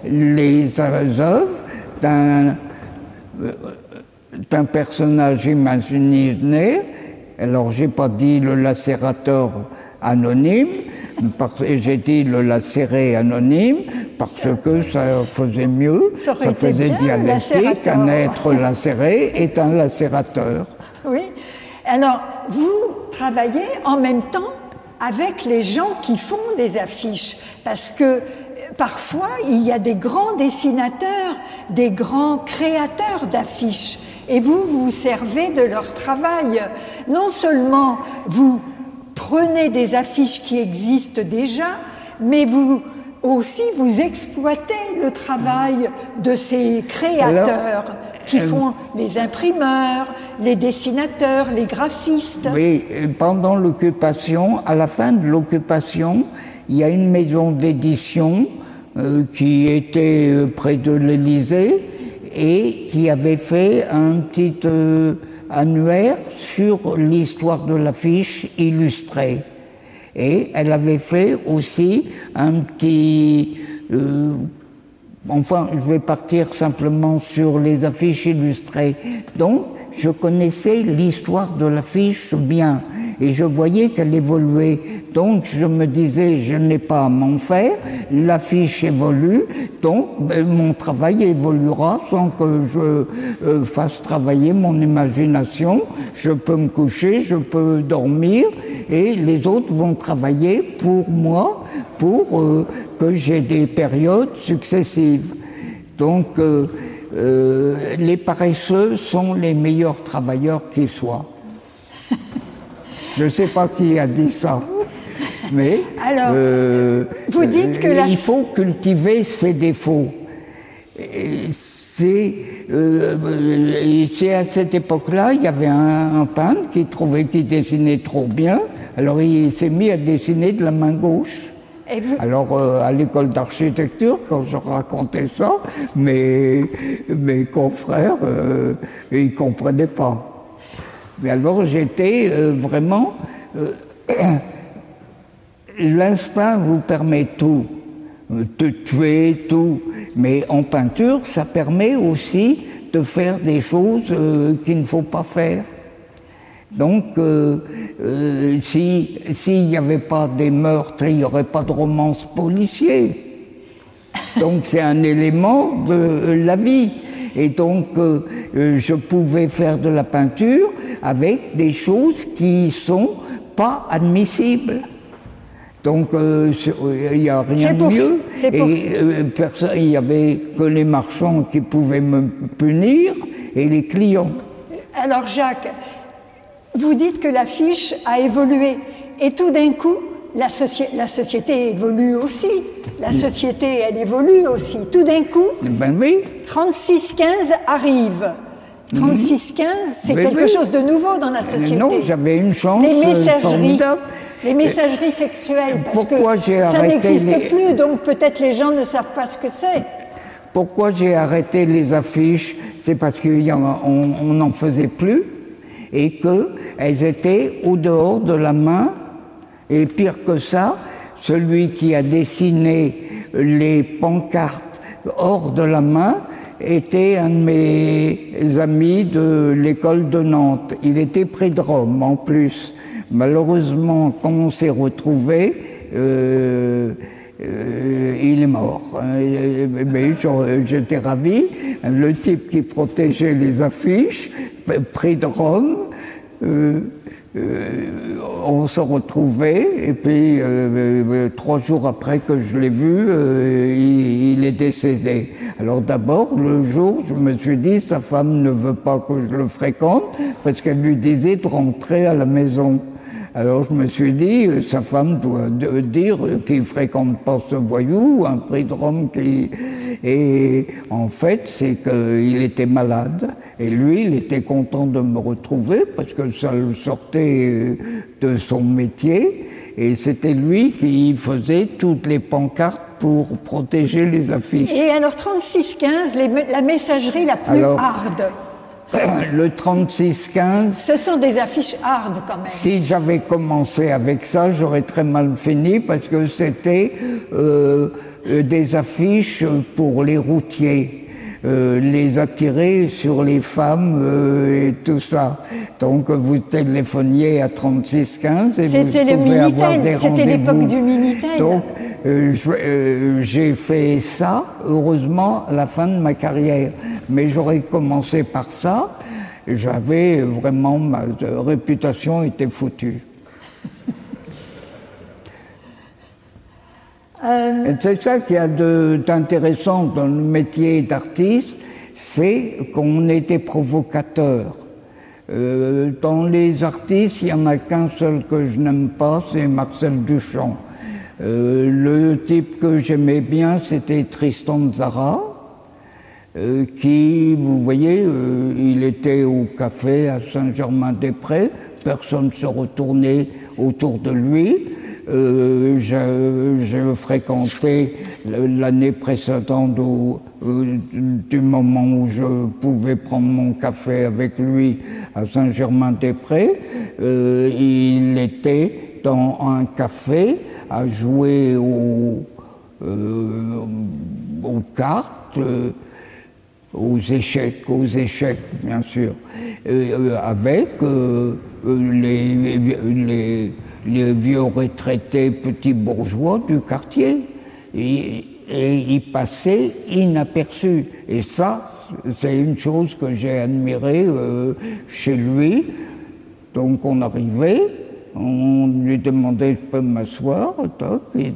les œuvres d'un euh, d'un personnage imaginaire. Alors j'ai pas dit le lacérateur anonyme, parce, et j'ai dit le lacéré anonyme parce que ça faisait mieux, Ça aurait ça été faisait bien, dialectique, lacérateur. un être lacéré est un lacérateur. Oui. Alors, vous travaillez en même temps avec les gens qui font des affiches, parce que euh, parfois, il y a des grands dessinateurs, des grands créateurs d'affiches, et vous, vous vous servez de leur travail. Non seulement vous prenez des affiches qui existent déjà, mais vous aussi vous exploitez le travail de ces créateurs qui euh, font les imprimeurs, les dessinateurs, les graphistes. Oui, et pendant l'occupation, à la fin de l'occupation, il y a une maison d'édition euh, qui était euh, près de l'Élysée et qui avait fait un petit euh, annuaire sur l'histoire de l'affiche illustrée. Et elle avait fait aussi un petit... euh, enfin, je vais partir simplement sur les affiches illustrées. Donc, je connaissais l'histoire de l'affiche bien et je voyais qu'elle évoluait. Donc, je me disais, je n'ai pas à m'en faire, l'affiche évolue, donc ben, mon travail évoluera sans que je euh, fasse travailler mon imagination. Je peux me coucher, je peux dormir et les autres vont travailler pour moi, pour euh, que j'ai des périodes successives. Donc, euh, euh, les paresseux sont les meilleurs travailleurs qui soient. Je ne sais pas qui a dit ça, mais Alors, euh, vous dites que la- il faut cultiver ses défauts. Et C'est euh, euh, c'est à cette époque-là, il y avait un, un peintre qui trouvait qu'il dessinait trop bien, alors il s'est mis à dessiner de la main gauche. Et vous, Alors, euh, à l'école d'architecture, quand je racontais ça, mes, mes confrères, euh, ils ne comprenaient pas. Mais alors, j'étais euh, vraiment... euh, l'instinct vous permet tout, de tuer, tout. Mais en peinture, ça permet aussi de faire des choses euh, qu'il ne faut pas faire. Donc, euh, euh, si, s'il n'y avait pas des meurtres, il n'y aurait pas de romance policier. Donc, c'est un élément de la vie. Et donc, euh, euh, je pouvais faire de la peinture avec des choses qui sont pas admissibles. Donc, euh, il n'y a rien C'est de pour- mieux. c'est pour- Et euh, personne, il n'y avait que les marchands qui pouvaient me punir et les clients. alors Jacques, vous dites que l'affiche a évolué, et tout d'un coup, la, soci- la société évolue aussi. La société, elle évolue aussi. Tout d'un coup, Ben oui. trente-six quinze arrive. trente-six quinze, c'est Oui, quelque oui. chose de nouveau dans la Mais société. non, j'avais une chance Les euh, messageries, formidable. les messageries sexuelles, parce Pourquoi que j'ai ça arrêté n'existe les- plus, donc peut-être les gens ne savent pas ce que c'est. Pourquoi j'ai arrêté les affiches? C'est parce qu'on n'en faisait plus et qu'elles étaient au dehors de la main. Et pire que ça, celui qui a dessiné les pancartes hors de la main, était un de mes amis de l'école de Nantes. Il était près de Rome en plus. Malheureusement, quand on s'est retrouvés, euh, euh, il est mort. Mais j'étais ravi. Le type qui protégeait les affiches, près de Rome, euh, euh, on se retrouvait, et puis euh, euh, trois jours après que je l'ai vu, euh, il, il est décédé. Alors d'abord, le jour, je me suis dit, sa femme ne veut pas que je le fréquente, parce qu'elle lui disait de rentrer à la maison. Alors je me suis dit, sa femme doit dire qu'il ne fréquente pas ce voyou, un prix de Rome qui... Et en fait, c'est qu'il était malade, et lui, il était content de me retrouver, parce que ça le sortait de son métier, et c'était lui qui faisait toutes les pancartes pour protéger les affiches. Et alors trente-six quinze, les, la messagerie la plus alors, hard. Le trente-six quinze... Ce sont des affiches hard quand même. Si j'avais commencé avec ça, j'aurais très mal fini parce que c'était euh, des affiches pour les routiers, euh, les attirer sur les femmes euh, et tout ça. Donc vous téléphoniez à trente-six quinze et vous pouvez avoir des rendez-vous. C'était l'époque du Minitel. Donc euh, euh, j'ai fait ça, heureusement, à la fin de ma carrière. Mais j'aurais commencé par ça, j'avais vraiment, ma réputation était foutue. Euh... C'est ça qu'il y a d'intéressant dans le métier d'artiste, c'est qu'on était provocateur. Euh, dans les artistes, il n'y en a qu'un seul que je n'aime pas, c'est Marcel Duchamp. Euh, le type que j'aimais bien, c'était Tristan Tzara, euh, qui, vous voyez, euh, il était au café à Saint-Germain-des-Prés, personne ne se retournait autour de lui. Euh, je, je fréquentais l'année précédente au, euh, du moment où je pouvais prendre mon café avec lui à Saint-Germain-des-Prés. Euh, il était dans un café à jouer au, euh, aux cartes, euh, aux échecs, aux échecs bien sûr, euh, avec euh, les, les les vieux retraités petits bourgeois du quartier. Et, et ils passaient inaperçus. Et ça, c'est une chose que j'ai admirée euh, chez lui. Donc on arrivait, on lui demandait « je peux m'asseoir ?» et,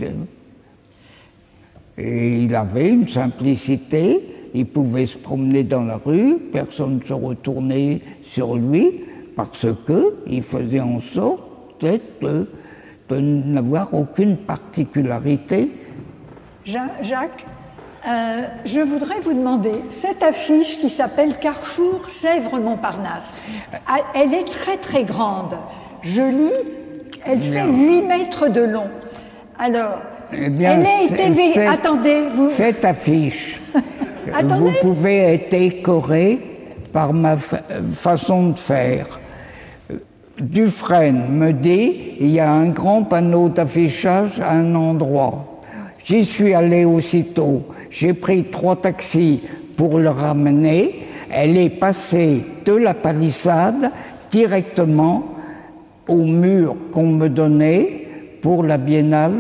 et il avait une simplicité, il pouvait se promener dans la rue, personne ne se retournait sur lui, parce qu'il faisait en sorte de, de n'avoir aucune particularité. Jacques, euh, je voudrais vous demander, cette affiche qui s'appelle Carrefour Sèvres-Montparnasse, elle est très très grande. Je lis, elle fait huit mètres de long. Alors, eh bien, elle a été... Vé... Attendez, vous... Cette affiche, vous pouvez être décoré par ma fa façon de faire. Dufresne me dit, il y a un grand panneau d'affichage à un endroit. J'y suis allé aussitôt. J'ai pris trois taxis pour le ramener. Elle est passée de la palissade directement au mur qu'on me donnait pour la biennale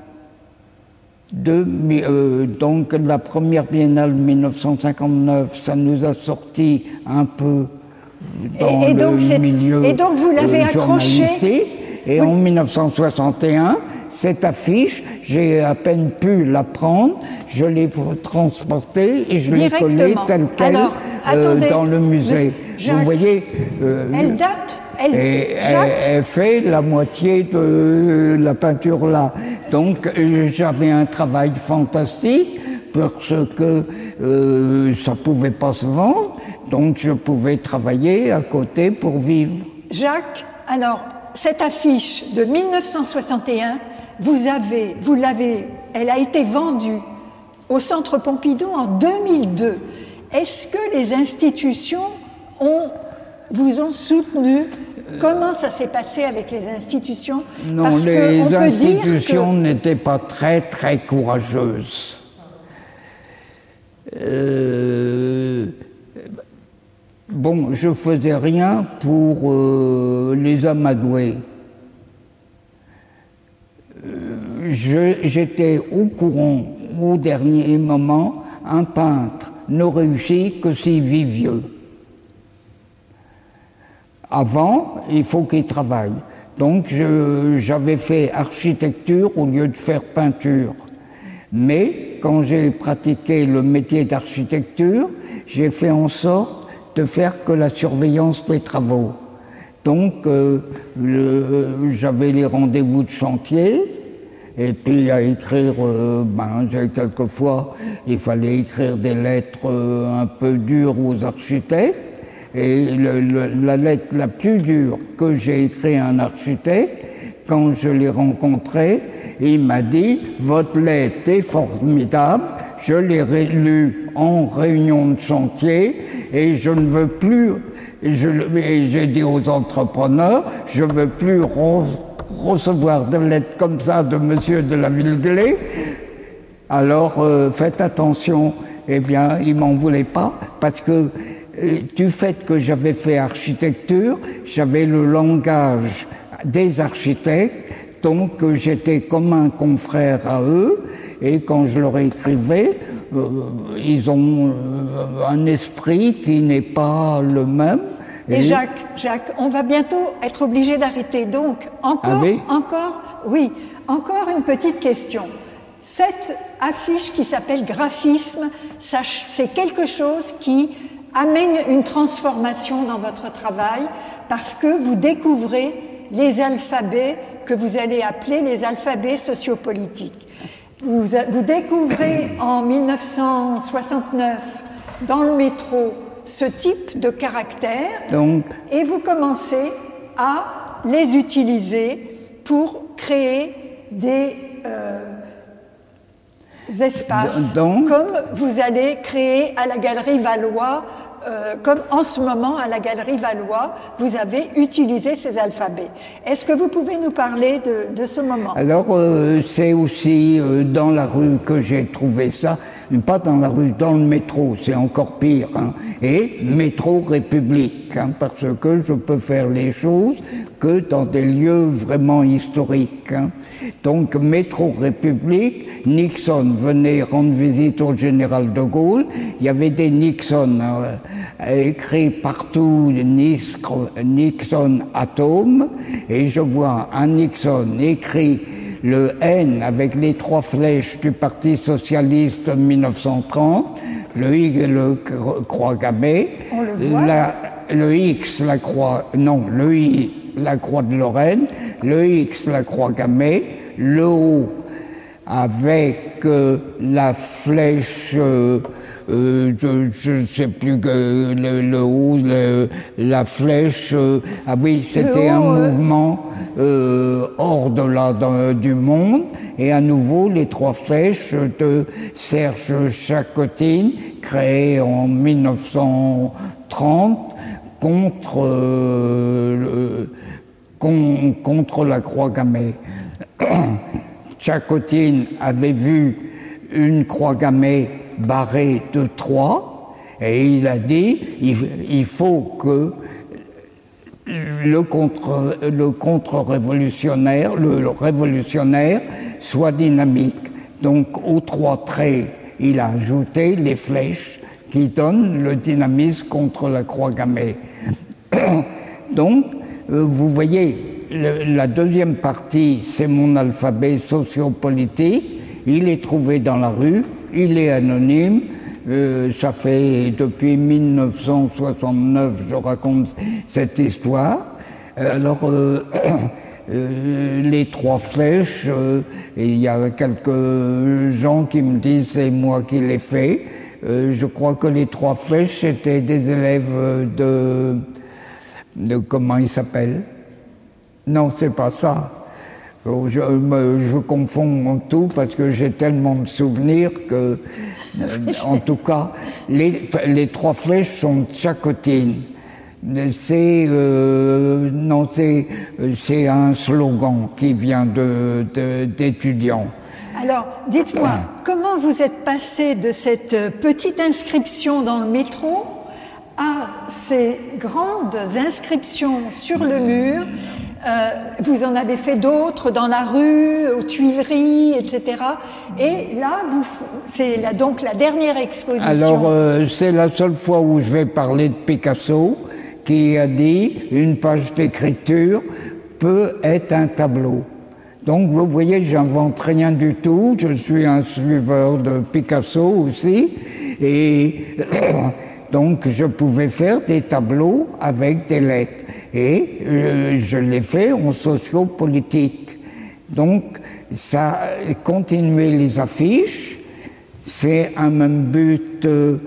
de, euh, donc la première biennale mille neuf cent cinquante-neuf, ça nous a sorti un peu dans et, et donc le milieu et donc vous l'avez euh, accroché. Et oui. En mille neuf cent soixante et un, cette affiche, j'ai à peine pu la prendre, je l'ai transportée et je l'ai collée telle quelle Alors, euh, dans le musée. Jacques, vous voyez, euh, elle date. Elle, et, elle, elle fait la moitié de la peinture là. Donc j'avais un travail fantastique parce que euh, ça pouvait pas se vendre. Donc je pouvais travailler à côté pour vivre. Jacques, alors cette affiche de mille neuf cent soixante et un, vous avez, vous l'avez, elle a été vendue au Centre Pompidou en deux mille deux. Est-ce que les institutions ont, vous ont soutenu Comment ça s'est passé avec les institutions? Non, Parce les que institutions que... n'étaient pas très très courageuses. Euh, bon, je faisais rien pour euh, les amadouer. Euh, J'étais au courant, au dernier moment, un peintre ne réussit que s'il vit vieux. Avant, il faut qu'il travaille. Donc, j'avais fait architecture au lieu de faire peinture. Mais, quand j'ai pratiqué le métier d'architecture, j'ai fait en sorte de faire que la surveillance des travaux. Donc, euh, j'avais les rendez-vous de chantier, et puis à écrire, euh, ben, quelquefois, il fallait écrire des lettres euh, un peu dures aux architectes. Et le, le, la lettre la plus dure que j'ai écrite à un architecte, quand je l'ai rencontré, il m'a dit « Votre lettre est formidable, je l'ai lue en réunion de chantier et je ne veux plus, et j'ai dit aux entrepreneurs, je ne veux plus re recevoir de lettres comme ça de monsieur de la Villeglay, alors euh, faites attention. » Eh bien, il ne m'en voulait pas parce que du fait que j'avais fait architecture, j'avais le langage des architectes, donc j'étais comme un confrère à eux, et quand je leur écrivais, euh, ils ont euh, un esprit qui n'est pas le même. Et, et Jacques, Jacques, on va bientôt être obligé d'arrêter, donc encore, ah oui encore, oui, encore une petite question. Cette affiche qui s'appelle graphisme, c'est quelque chose qui amène une transformation dans votre travail parce que vous découvrez les alphabets que vous allez appeler les alphabets sociopolitiques. Vous, vous découvrez en mille neuf cent soixante-neuf dans le métro ce type de caractères. Donc, et vous commencez à les utiliser pour créer des euh, espaces, donc, comme vous allez créer à la Galerie Valois, euh, comme en ce moment à la Galerie Valois, vous avez utilisé ces alphabets. Est-ce que vous pouvez nous parler de, de ce moment? Alors, euh, c'est aussi euh, dans la rue que j'ai trouvé ça, pas dans la rue, dans le métro, c'est encore pire, hein, et métro République, hein, parce que je peux faire les choses que dans des lieux vraiment historiques. Hein. Donc, métro République, Nixon venait rendre visite au général de Gaulle, il y avait des Nixon euh, écrits partout, Nixon atome, et je vois un Nixon écrit le N avec les trois flèches du Parti socialiste de mille neuf cent trente, le I et le croix gammée, le, la, le X, la croix, non, le I, la croix de Lorraine, le X, la croix gammée, le O avec euh, la flèche, euh, euh, je ne sais plus que le, le haut, le, la flèche, euh, ah oui, c'était un euh... mouvement euh, hors de là, dans, du monde, et à nouveau les trois flèches de Serge Chacotine, créées en mille neuf cent trente contre, euh, le, con, contre la croix gammée. Chacotine avait vu une croix gammée barrée de trois et il a dit il, il faut que le contre le contre-révolutionnaire, le, le révolutionnaire soit dynamique. Donc aux trois traits, il a ajouté les flèches qui donnent le dynamisme contre la croix gammée. Donc euh, vous voyez. Le, la deuxième partie, c'est mon alphabet sociopolitique. Il est trouvé dans la rue, il est anonyme. Euh, ça fait depuis mille neuf cent soixante-neuf, je raconte cette histoire. Alors, euh, euh, les trois flèches, euh, il y a quelques gens qui me disent c'est moi qui l'ai fait. Euh, je crois que les trois flèches étaient des élèves de, de comment ils s'appellent? Non, c'est pas ça. Je, me, je confonds en tout parce que j'ai tellement de souvenirs que, euh, en tout cas, les, les trois flèches sont de Chacotine. C'est euh, non, c'est c'est un slogan qui vient de, de d'étudiants. Alors, dites-moi, comment vous êtes passé de cette petite inscription dans le métro à ces grandes inscriptions sur le mur? Euh, vous en avez fait d'autres dans la rue, aux Tuileries, et cetera. Et là, vous, c'est la, donc la dernière exposition. Alors, euh, c'est la seule fois où je vais parler de Picasso, qui a dit « une page d'écriture peut être un tableau ». Donc, vous voyez, j'invente rien du tout. Je suis un suiveur de Picasso aussi. Et donc, je pouvais faire des tableaux avec des lettres. Et euh, je l'ai fait en sociopolitique. Donc, ça continuer les affiches, c'est un même but euh,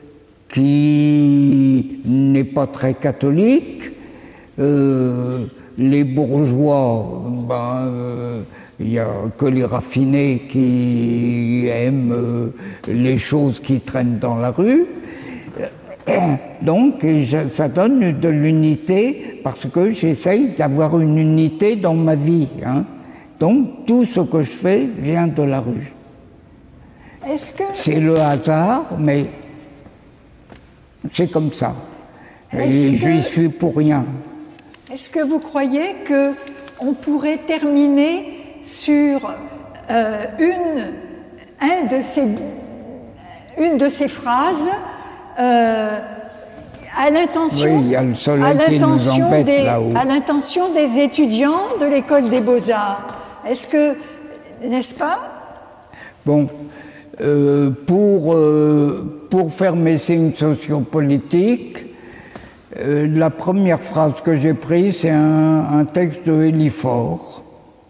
qui n'est pas très catholique. Euh, les bourgeois, ben, euh, il n'y a que les raffinés qui aiment euh, les choses qui traînent dans la rue. Donc, ça donne de l'unité parce que j'essaye d'avoir une unité dans ma vie. Hein. Donc, tout ce que je fais vient de la rue. Est-ce que... C'est le hasard, mais c'est comme ça. Et je n'y suis pour rien. Est-ce que vous croyez qu'on pourrait terminer sur euh, une, un de ces, une de ces phrases euh, à l'intention oui, il y a le soleil qui nous embête des, là-haut. à l'intention des étudiants de l'école des Beaux-Arts? Est-ce que, n'est-ce pas? Bon, euh, pour, euh, pour faire mes signes sociopolitiques, euh, la première phrase que j'ai prise, c'est un, un texte de Élifort.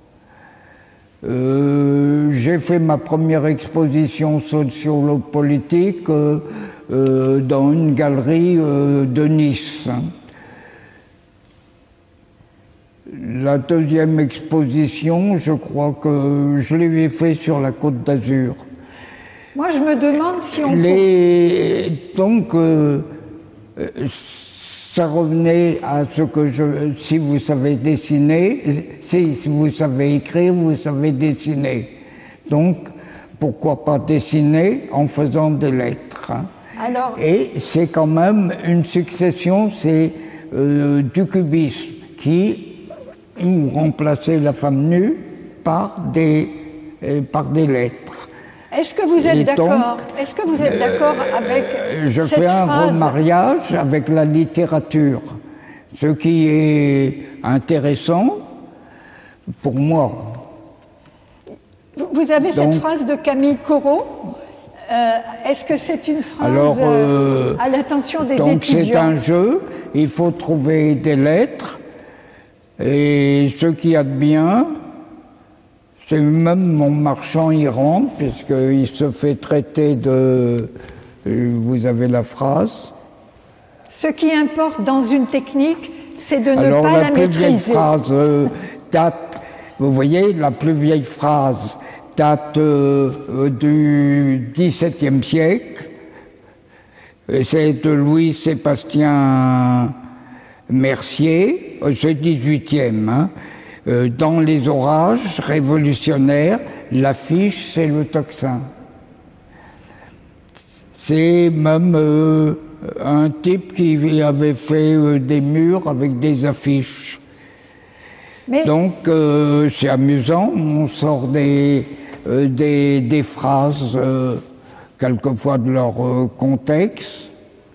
Euh, j'ai fait ma première exposition sociopolitique euh, euh, dans une galerie euh, de Nice. La deuxième exposition, je crois que je l'ai fait sur la Côte d'Azur. Moi, je me demande si on Les... peut... Donc, euh, ça revenait à ce que je... Si vous savez dessiner, si, si vous savez écrire, vous savez dessiner. Donc, pourquoi pas dessiner en faisant des lettres, hein. Alors... Et c'est quand même une succession, c'est euh, du cubisme qui ont remplacé la femme nue par des, euh, par des lettres. Est-ce que vous êtes d'accord Est-ce que vous êtes d'accord avec euh, Je cette fais un phrase remariage avec la littérature, ce qui est intéressant pour moi. Vous avez Donc, cette phrase de Camille Corot. Euh, Est-ce que c'est une phrase alors, euh, à l'attention des donc étudiants? Donc c'est un jeu, il faut trouver des lettres, et ce qu'il y a de bien, c'est même mon marchand y rentre, puisqu'il se fait traiter de... Vous avez la phrase. Ce qui importe dans une technique, c'est de ne alors, pas la, la plus maîtriser. Vieille phrase euh, date, vous voyez, la plus vieille phrase date euh, du dix-septième siècle. C'est de Louis-Sébastien Mercier, c'est dix-huitième. Hein. Euh, dans les orages révolutionnaires, l'affiche, c'est le tocsin. C'est même euh, un type qui avait fait euh, des murs avec des affiches. Mais... Donc, euh, c'est amusant, on sort des... Euh, des, des phrases, euh, quelquefois de leur euh, contexte.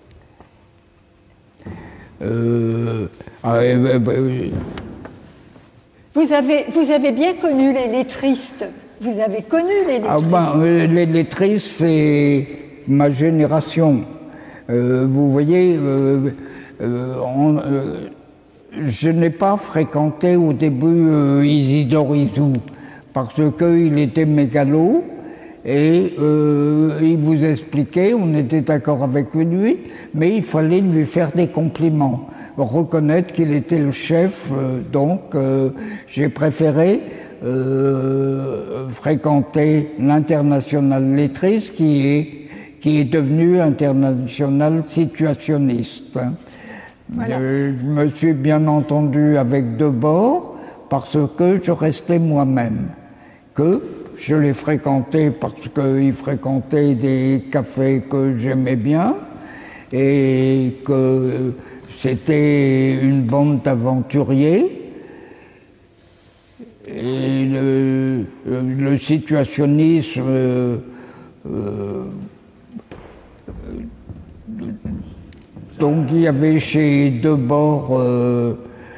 Euh, euh, euh, vous, avez, vous avez bien connu les lettristes. Vous avez connu les lettristes. Ah ben, euh, les lettristes, c'est ma génération. Euh, vous voyez, euh, euh, on, euh, je n'ai pas fréquenté au début euh, Isidore Isou, parce qu'il était mégalo et euh, il vous expliquait, on était d'accord avec lui, mais il fallait lui faire des compliments, reconnaître qu'il était le chef. Euh, donc euh, j'ai préféré euh, fréquenter l'International lettriste qui est, qui est devenu international situationniste. Voilà. Euh, je me suis bien entendu avec Debord parce que je restais moi-même, que je l'ai fréquenté parce qu'il fréquentait des cafés que j'aimais bien et que c'était une bande d'aventuriers. Et le, le, le situationnisme euh, euh, donc il y avait chez Debord euh,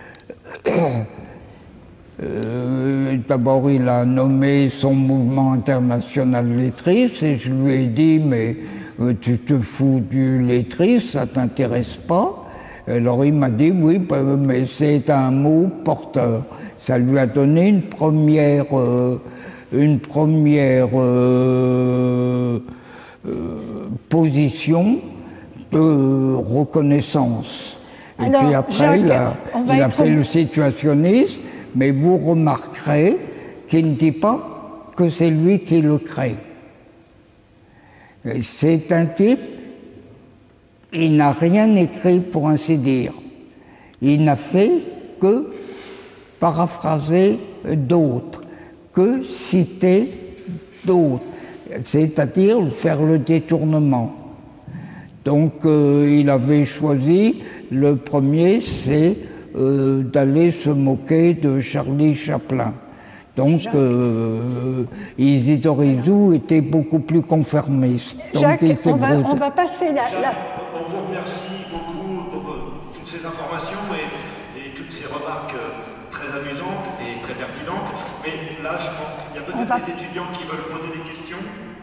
euh, d'abord il a nommé son mouvement international lettriste et je lui ai dit mais euh, tu te fous du lettriste, ça t'intéresse pas? Alors il m'a dit oui mais c'est un mot porteur. Ça lui a donné une première, euh, une première euh, euh, position de reconnaissance. Et Alors, puis après, Jacques, il a, on va il a être... fait le situationnisme, mais vous remarquerez qu'il ne dit pas que c'est lui qui le crée. C'est un type, il n'a rien écrit pour ainsi dire. Il n'a fait que paraphraser d'autres, que citer d'autres, c'est-à-dire faire le détournement. Donc euh, il avait choisi, le premier, c'est euh, d'aller se moquer de Charlie Chaplin. Donc euh, Isidore Isou était beaucoup plus conformiste. Donc, Jacques, on va, brut... on va passer la... Jacques, la... on vous remercie beaucoup pour euh, toutes ces informations et, et toutes ces remarques euh, très amusantes et très pertinentes. Mais là, je pense qu'il y a peut-être va... des étudiants qui veulent poser des questions.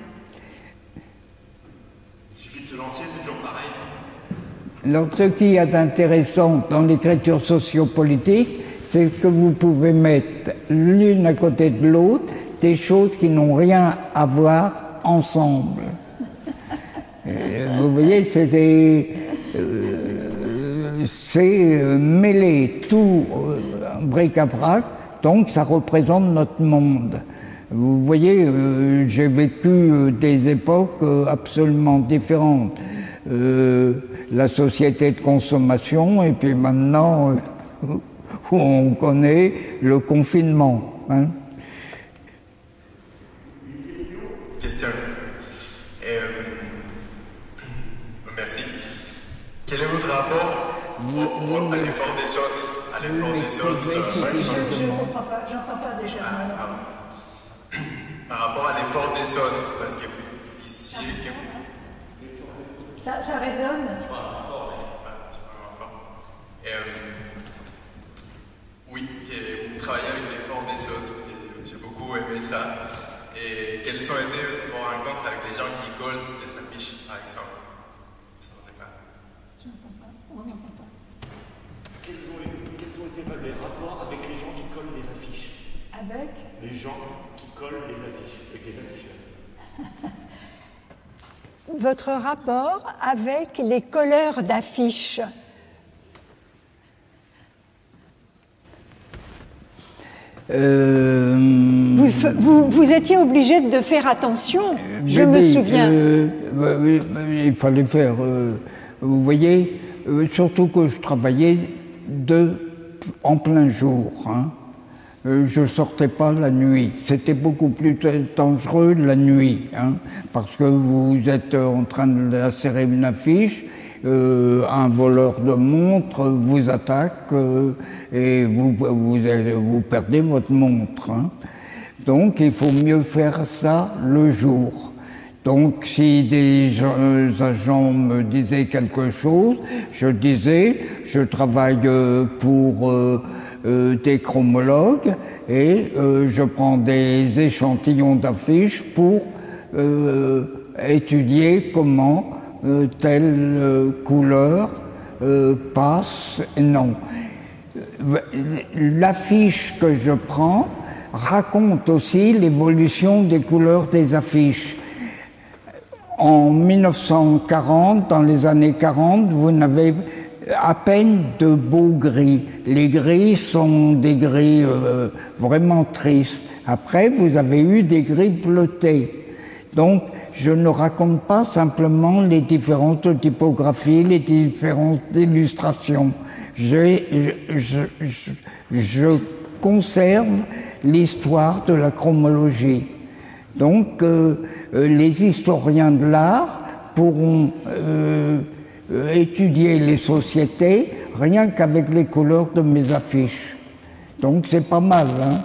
Il suffit de se lancer, c'est toujours pareil. Alors, ce qu'il y a d'intéressant dans l'écriture sociopolitique, c'est que vous pouvez mettre l'une à côté de l'autre des choses qui n'ont rien à voir ensemble. Et vous voyez, c'est euh, euh, mêler tout euh, bric-à-brac, donc ça représente notre monde. Vous voyez, euh, j'ai vécu euh, des époques euh, absolument différentes. Euh, la société de consommation et puis maintenant euh, où on connaît le confinement. Hein. Question. Euh, merci. Quel est votre rapport au, au, à l'effort des autres, à l'effort des autres euh, Je ne comprends pas, j'entends pas déjà. Ah, ah. Par rapport à l'effort des autres, parce que ici... Ça, ça résonne. Euh, oui, que vous travaillez avec l'effort des autres. J'ai beaucoup aimé ça. Et quelles ont été vos rencontres avec les gens qui collent les affiches, par exemple? Vous n'entendez pas? J'entends pas, on n'entend pas. Quels ont, quels ont été les rapports avec les gens qui collent des affiches? Avec Les gens qui collent les affiches, avec les afficheurs. Votre rapport avec les colleurs d'affiches. Euh, vous, vous, vous étiez obligé de faire attention, je me souviens. Euh, bah, oui, bah, il fallait faire. Euh, vous voyez, euh, surtout que je travaillais de, en plein jour. Hein. Euh, je ne sortais pas la nuit. C'était beaucoup plus dangereux la nuit, hein, parce que vous êtes en train de lacérer une affiche, euh, un voleur de montre vous attaque euh, et vous, vous, vous perdez votre montre. Hein. Donc il faut mieux faire ça le jour. Donc si des gens, euh, agents me disaient quelque chose, je disais, je travaille pour... Euh, Euh, des chromologues et euh, je prends des échantillons d'affiches pour euh, étudier comment euh, telle euh, couleur euh, passe. Non. L'affiche que je prends raconte aussi l'évolution des couleurs des affiches. En mille neuf cent quarante, dans les années quarante, vous n'avez à peine de beaux gris. Les gris sont des gris euh, vraiment tristes. Après, vous avez eu des gris bleutés. Donc, je ne raconte pas simplement les différences de typographie, les différences d'illustration. Je, je, je, je conserve l'histoire de la chromologie. Donc, euh, les historiens de l'art pourront euh, étudier les sociétés rien qu'avec les couleurs de mes affiches. Donc, c'est pas mal, hein.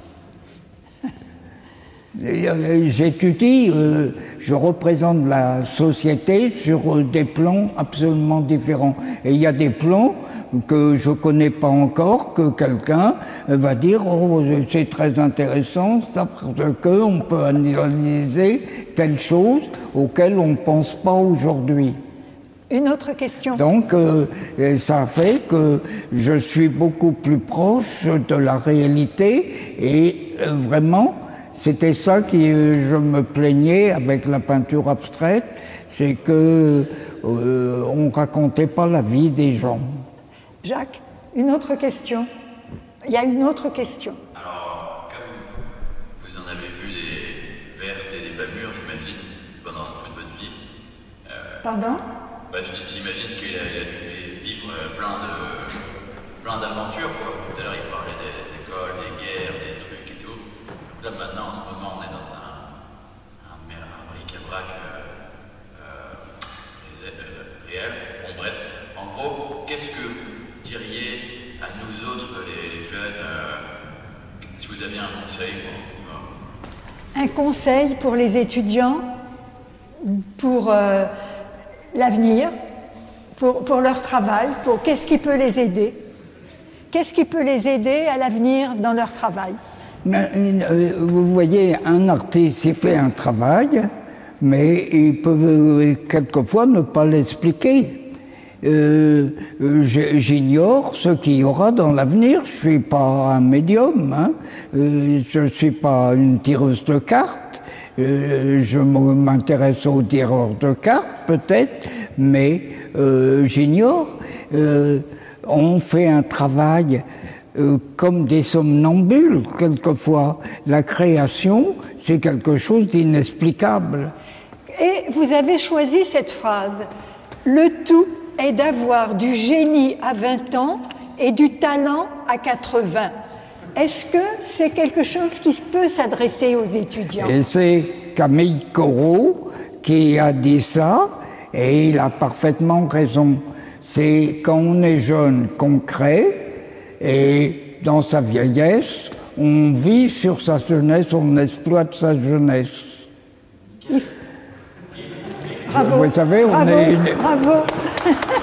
J'étudie, euh, je représente la société sur euh, des plans absolument différents. Et il y a des plans que je ne connais pas encore, que quelqu'un va dire « Oh, c'est très intéressant, ça, parce qu'on peut analyser telle chose auquel on ne pense pas aujourd'hui. » Une autre question. Donc, euh, ça fait que je suis beaucoup plus proche de la réalité et euh, vraiment, c'était ça qui euh, je me plaignais avec la peinture abstraite, c'est que euh, on racontait pas la vie des gens. Jacques, une autre question. Il y a une autre question. Alors, comme vous en avez vu des vertes et des pas mûres, j'imagine, pendant toute votre vie. Euh, Pardon? Bah, j'imagine qu'il a, il a dû vivre plein de plein d'aventures, quoi. Tout à l'heure, il parlait des, des écoles, des guerres, des trucs et tout. Donc là, maintenant, en ce moment, on est dans un, un, un bric-à-brac euh, euh, réel. Bon, bref. En gros, qu'est-ce que vous diriez à nous autres, les, les jeunes, euh, si vous aviez un conseil pour... Un conseil pour les étudiants, pour... Euh, l'avenir, pour, pour leur travail, pour qu'est-ce qui peut les aider? Qu'est-ce qui peut les aider à l'avenir dans leur travail? Mais, euh, vous voyez, un artiste, il fait un travail, mais il peut euh, quelquefois ne pas l'expliquer. Euh, J'ignore ce qu'il y aura dans l'avenir. Je ne suis pas un médium, hein. euh, je ne suis pas une tireuse de cartes. Euh, je m'intéresse aux tireurs de cartes, peut-être, mais euh, j'ignore. Euh, on fait un travail euh, comme des somnambules, quelquefois. La création, c'est quelque chose d'inexplicable. Et vous avez choisi cette phrase. Le tout est d'avoir du génie à vingt ans et du talent à quatre-vingts. Est-ce que c'est quelque chose qui peut s'adresser aux étudiants? Et c'est Camille Corot qui a dit ça, et il a parfaitement raison. C'est quand on est jeune qu'on crée, et dans sa vieillesse, on vit sur sa jeunesse, on exploite sa jeunesse. Bravo. Vous savez, on bravo, est une... bravo.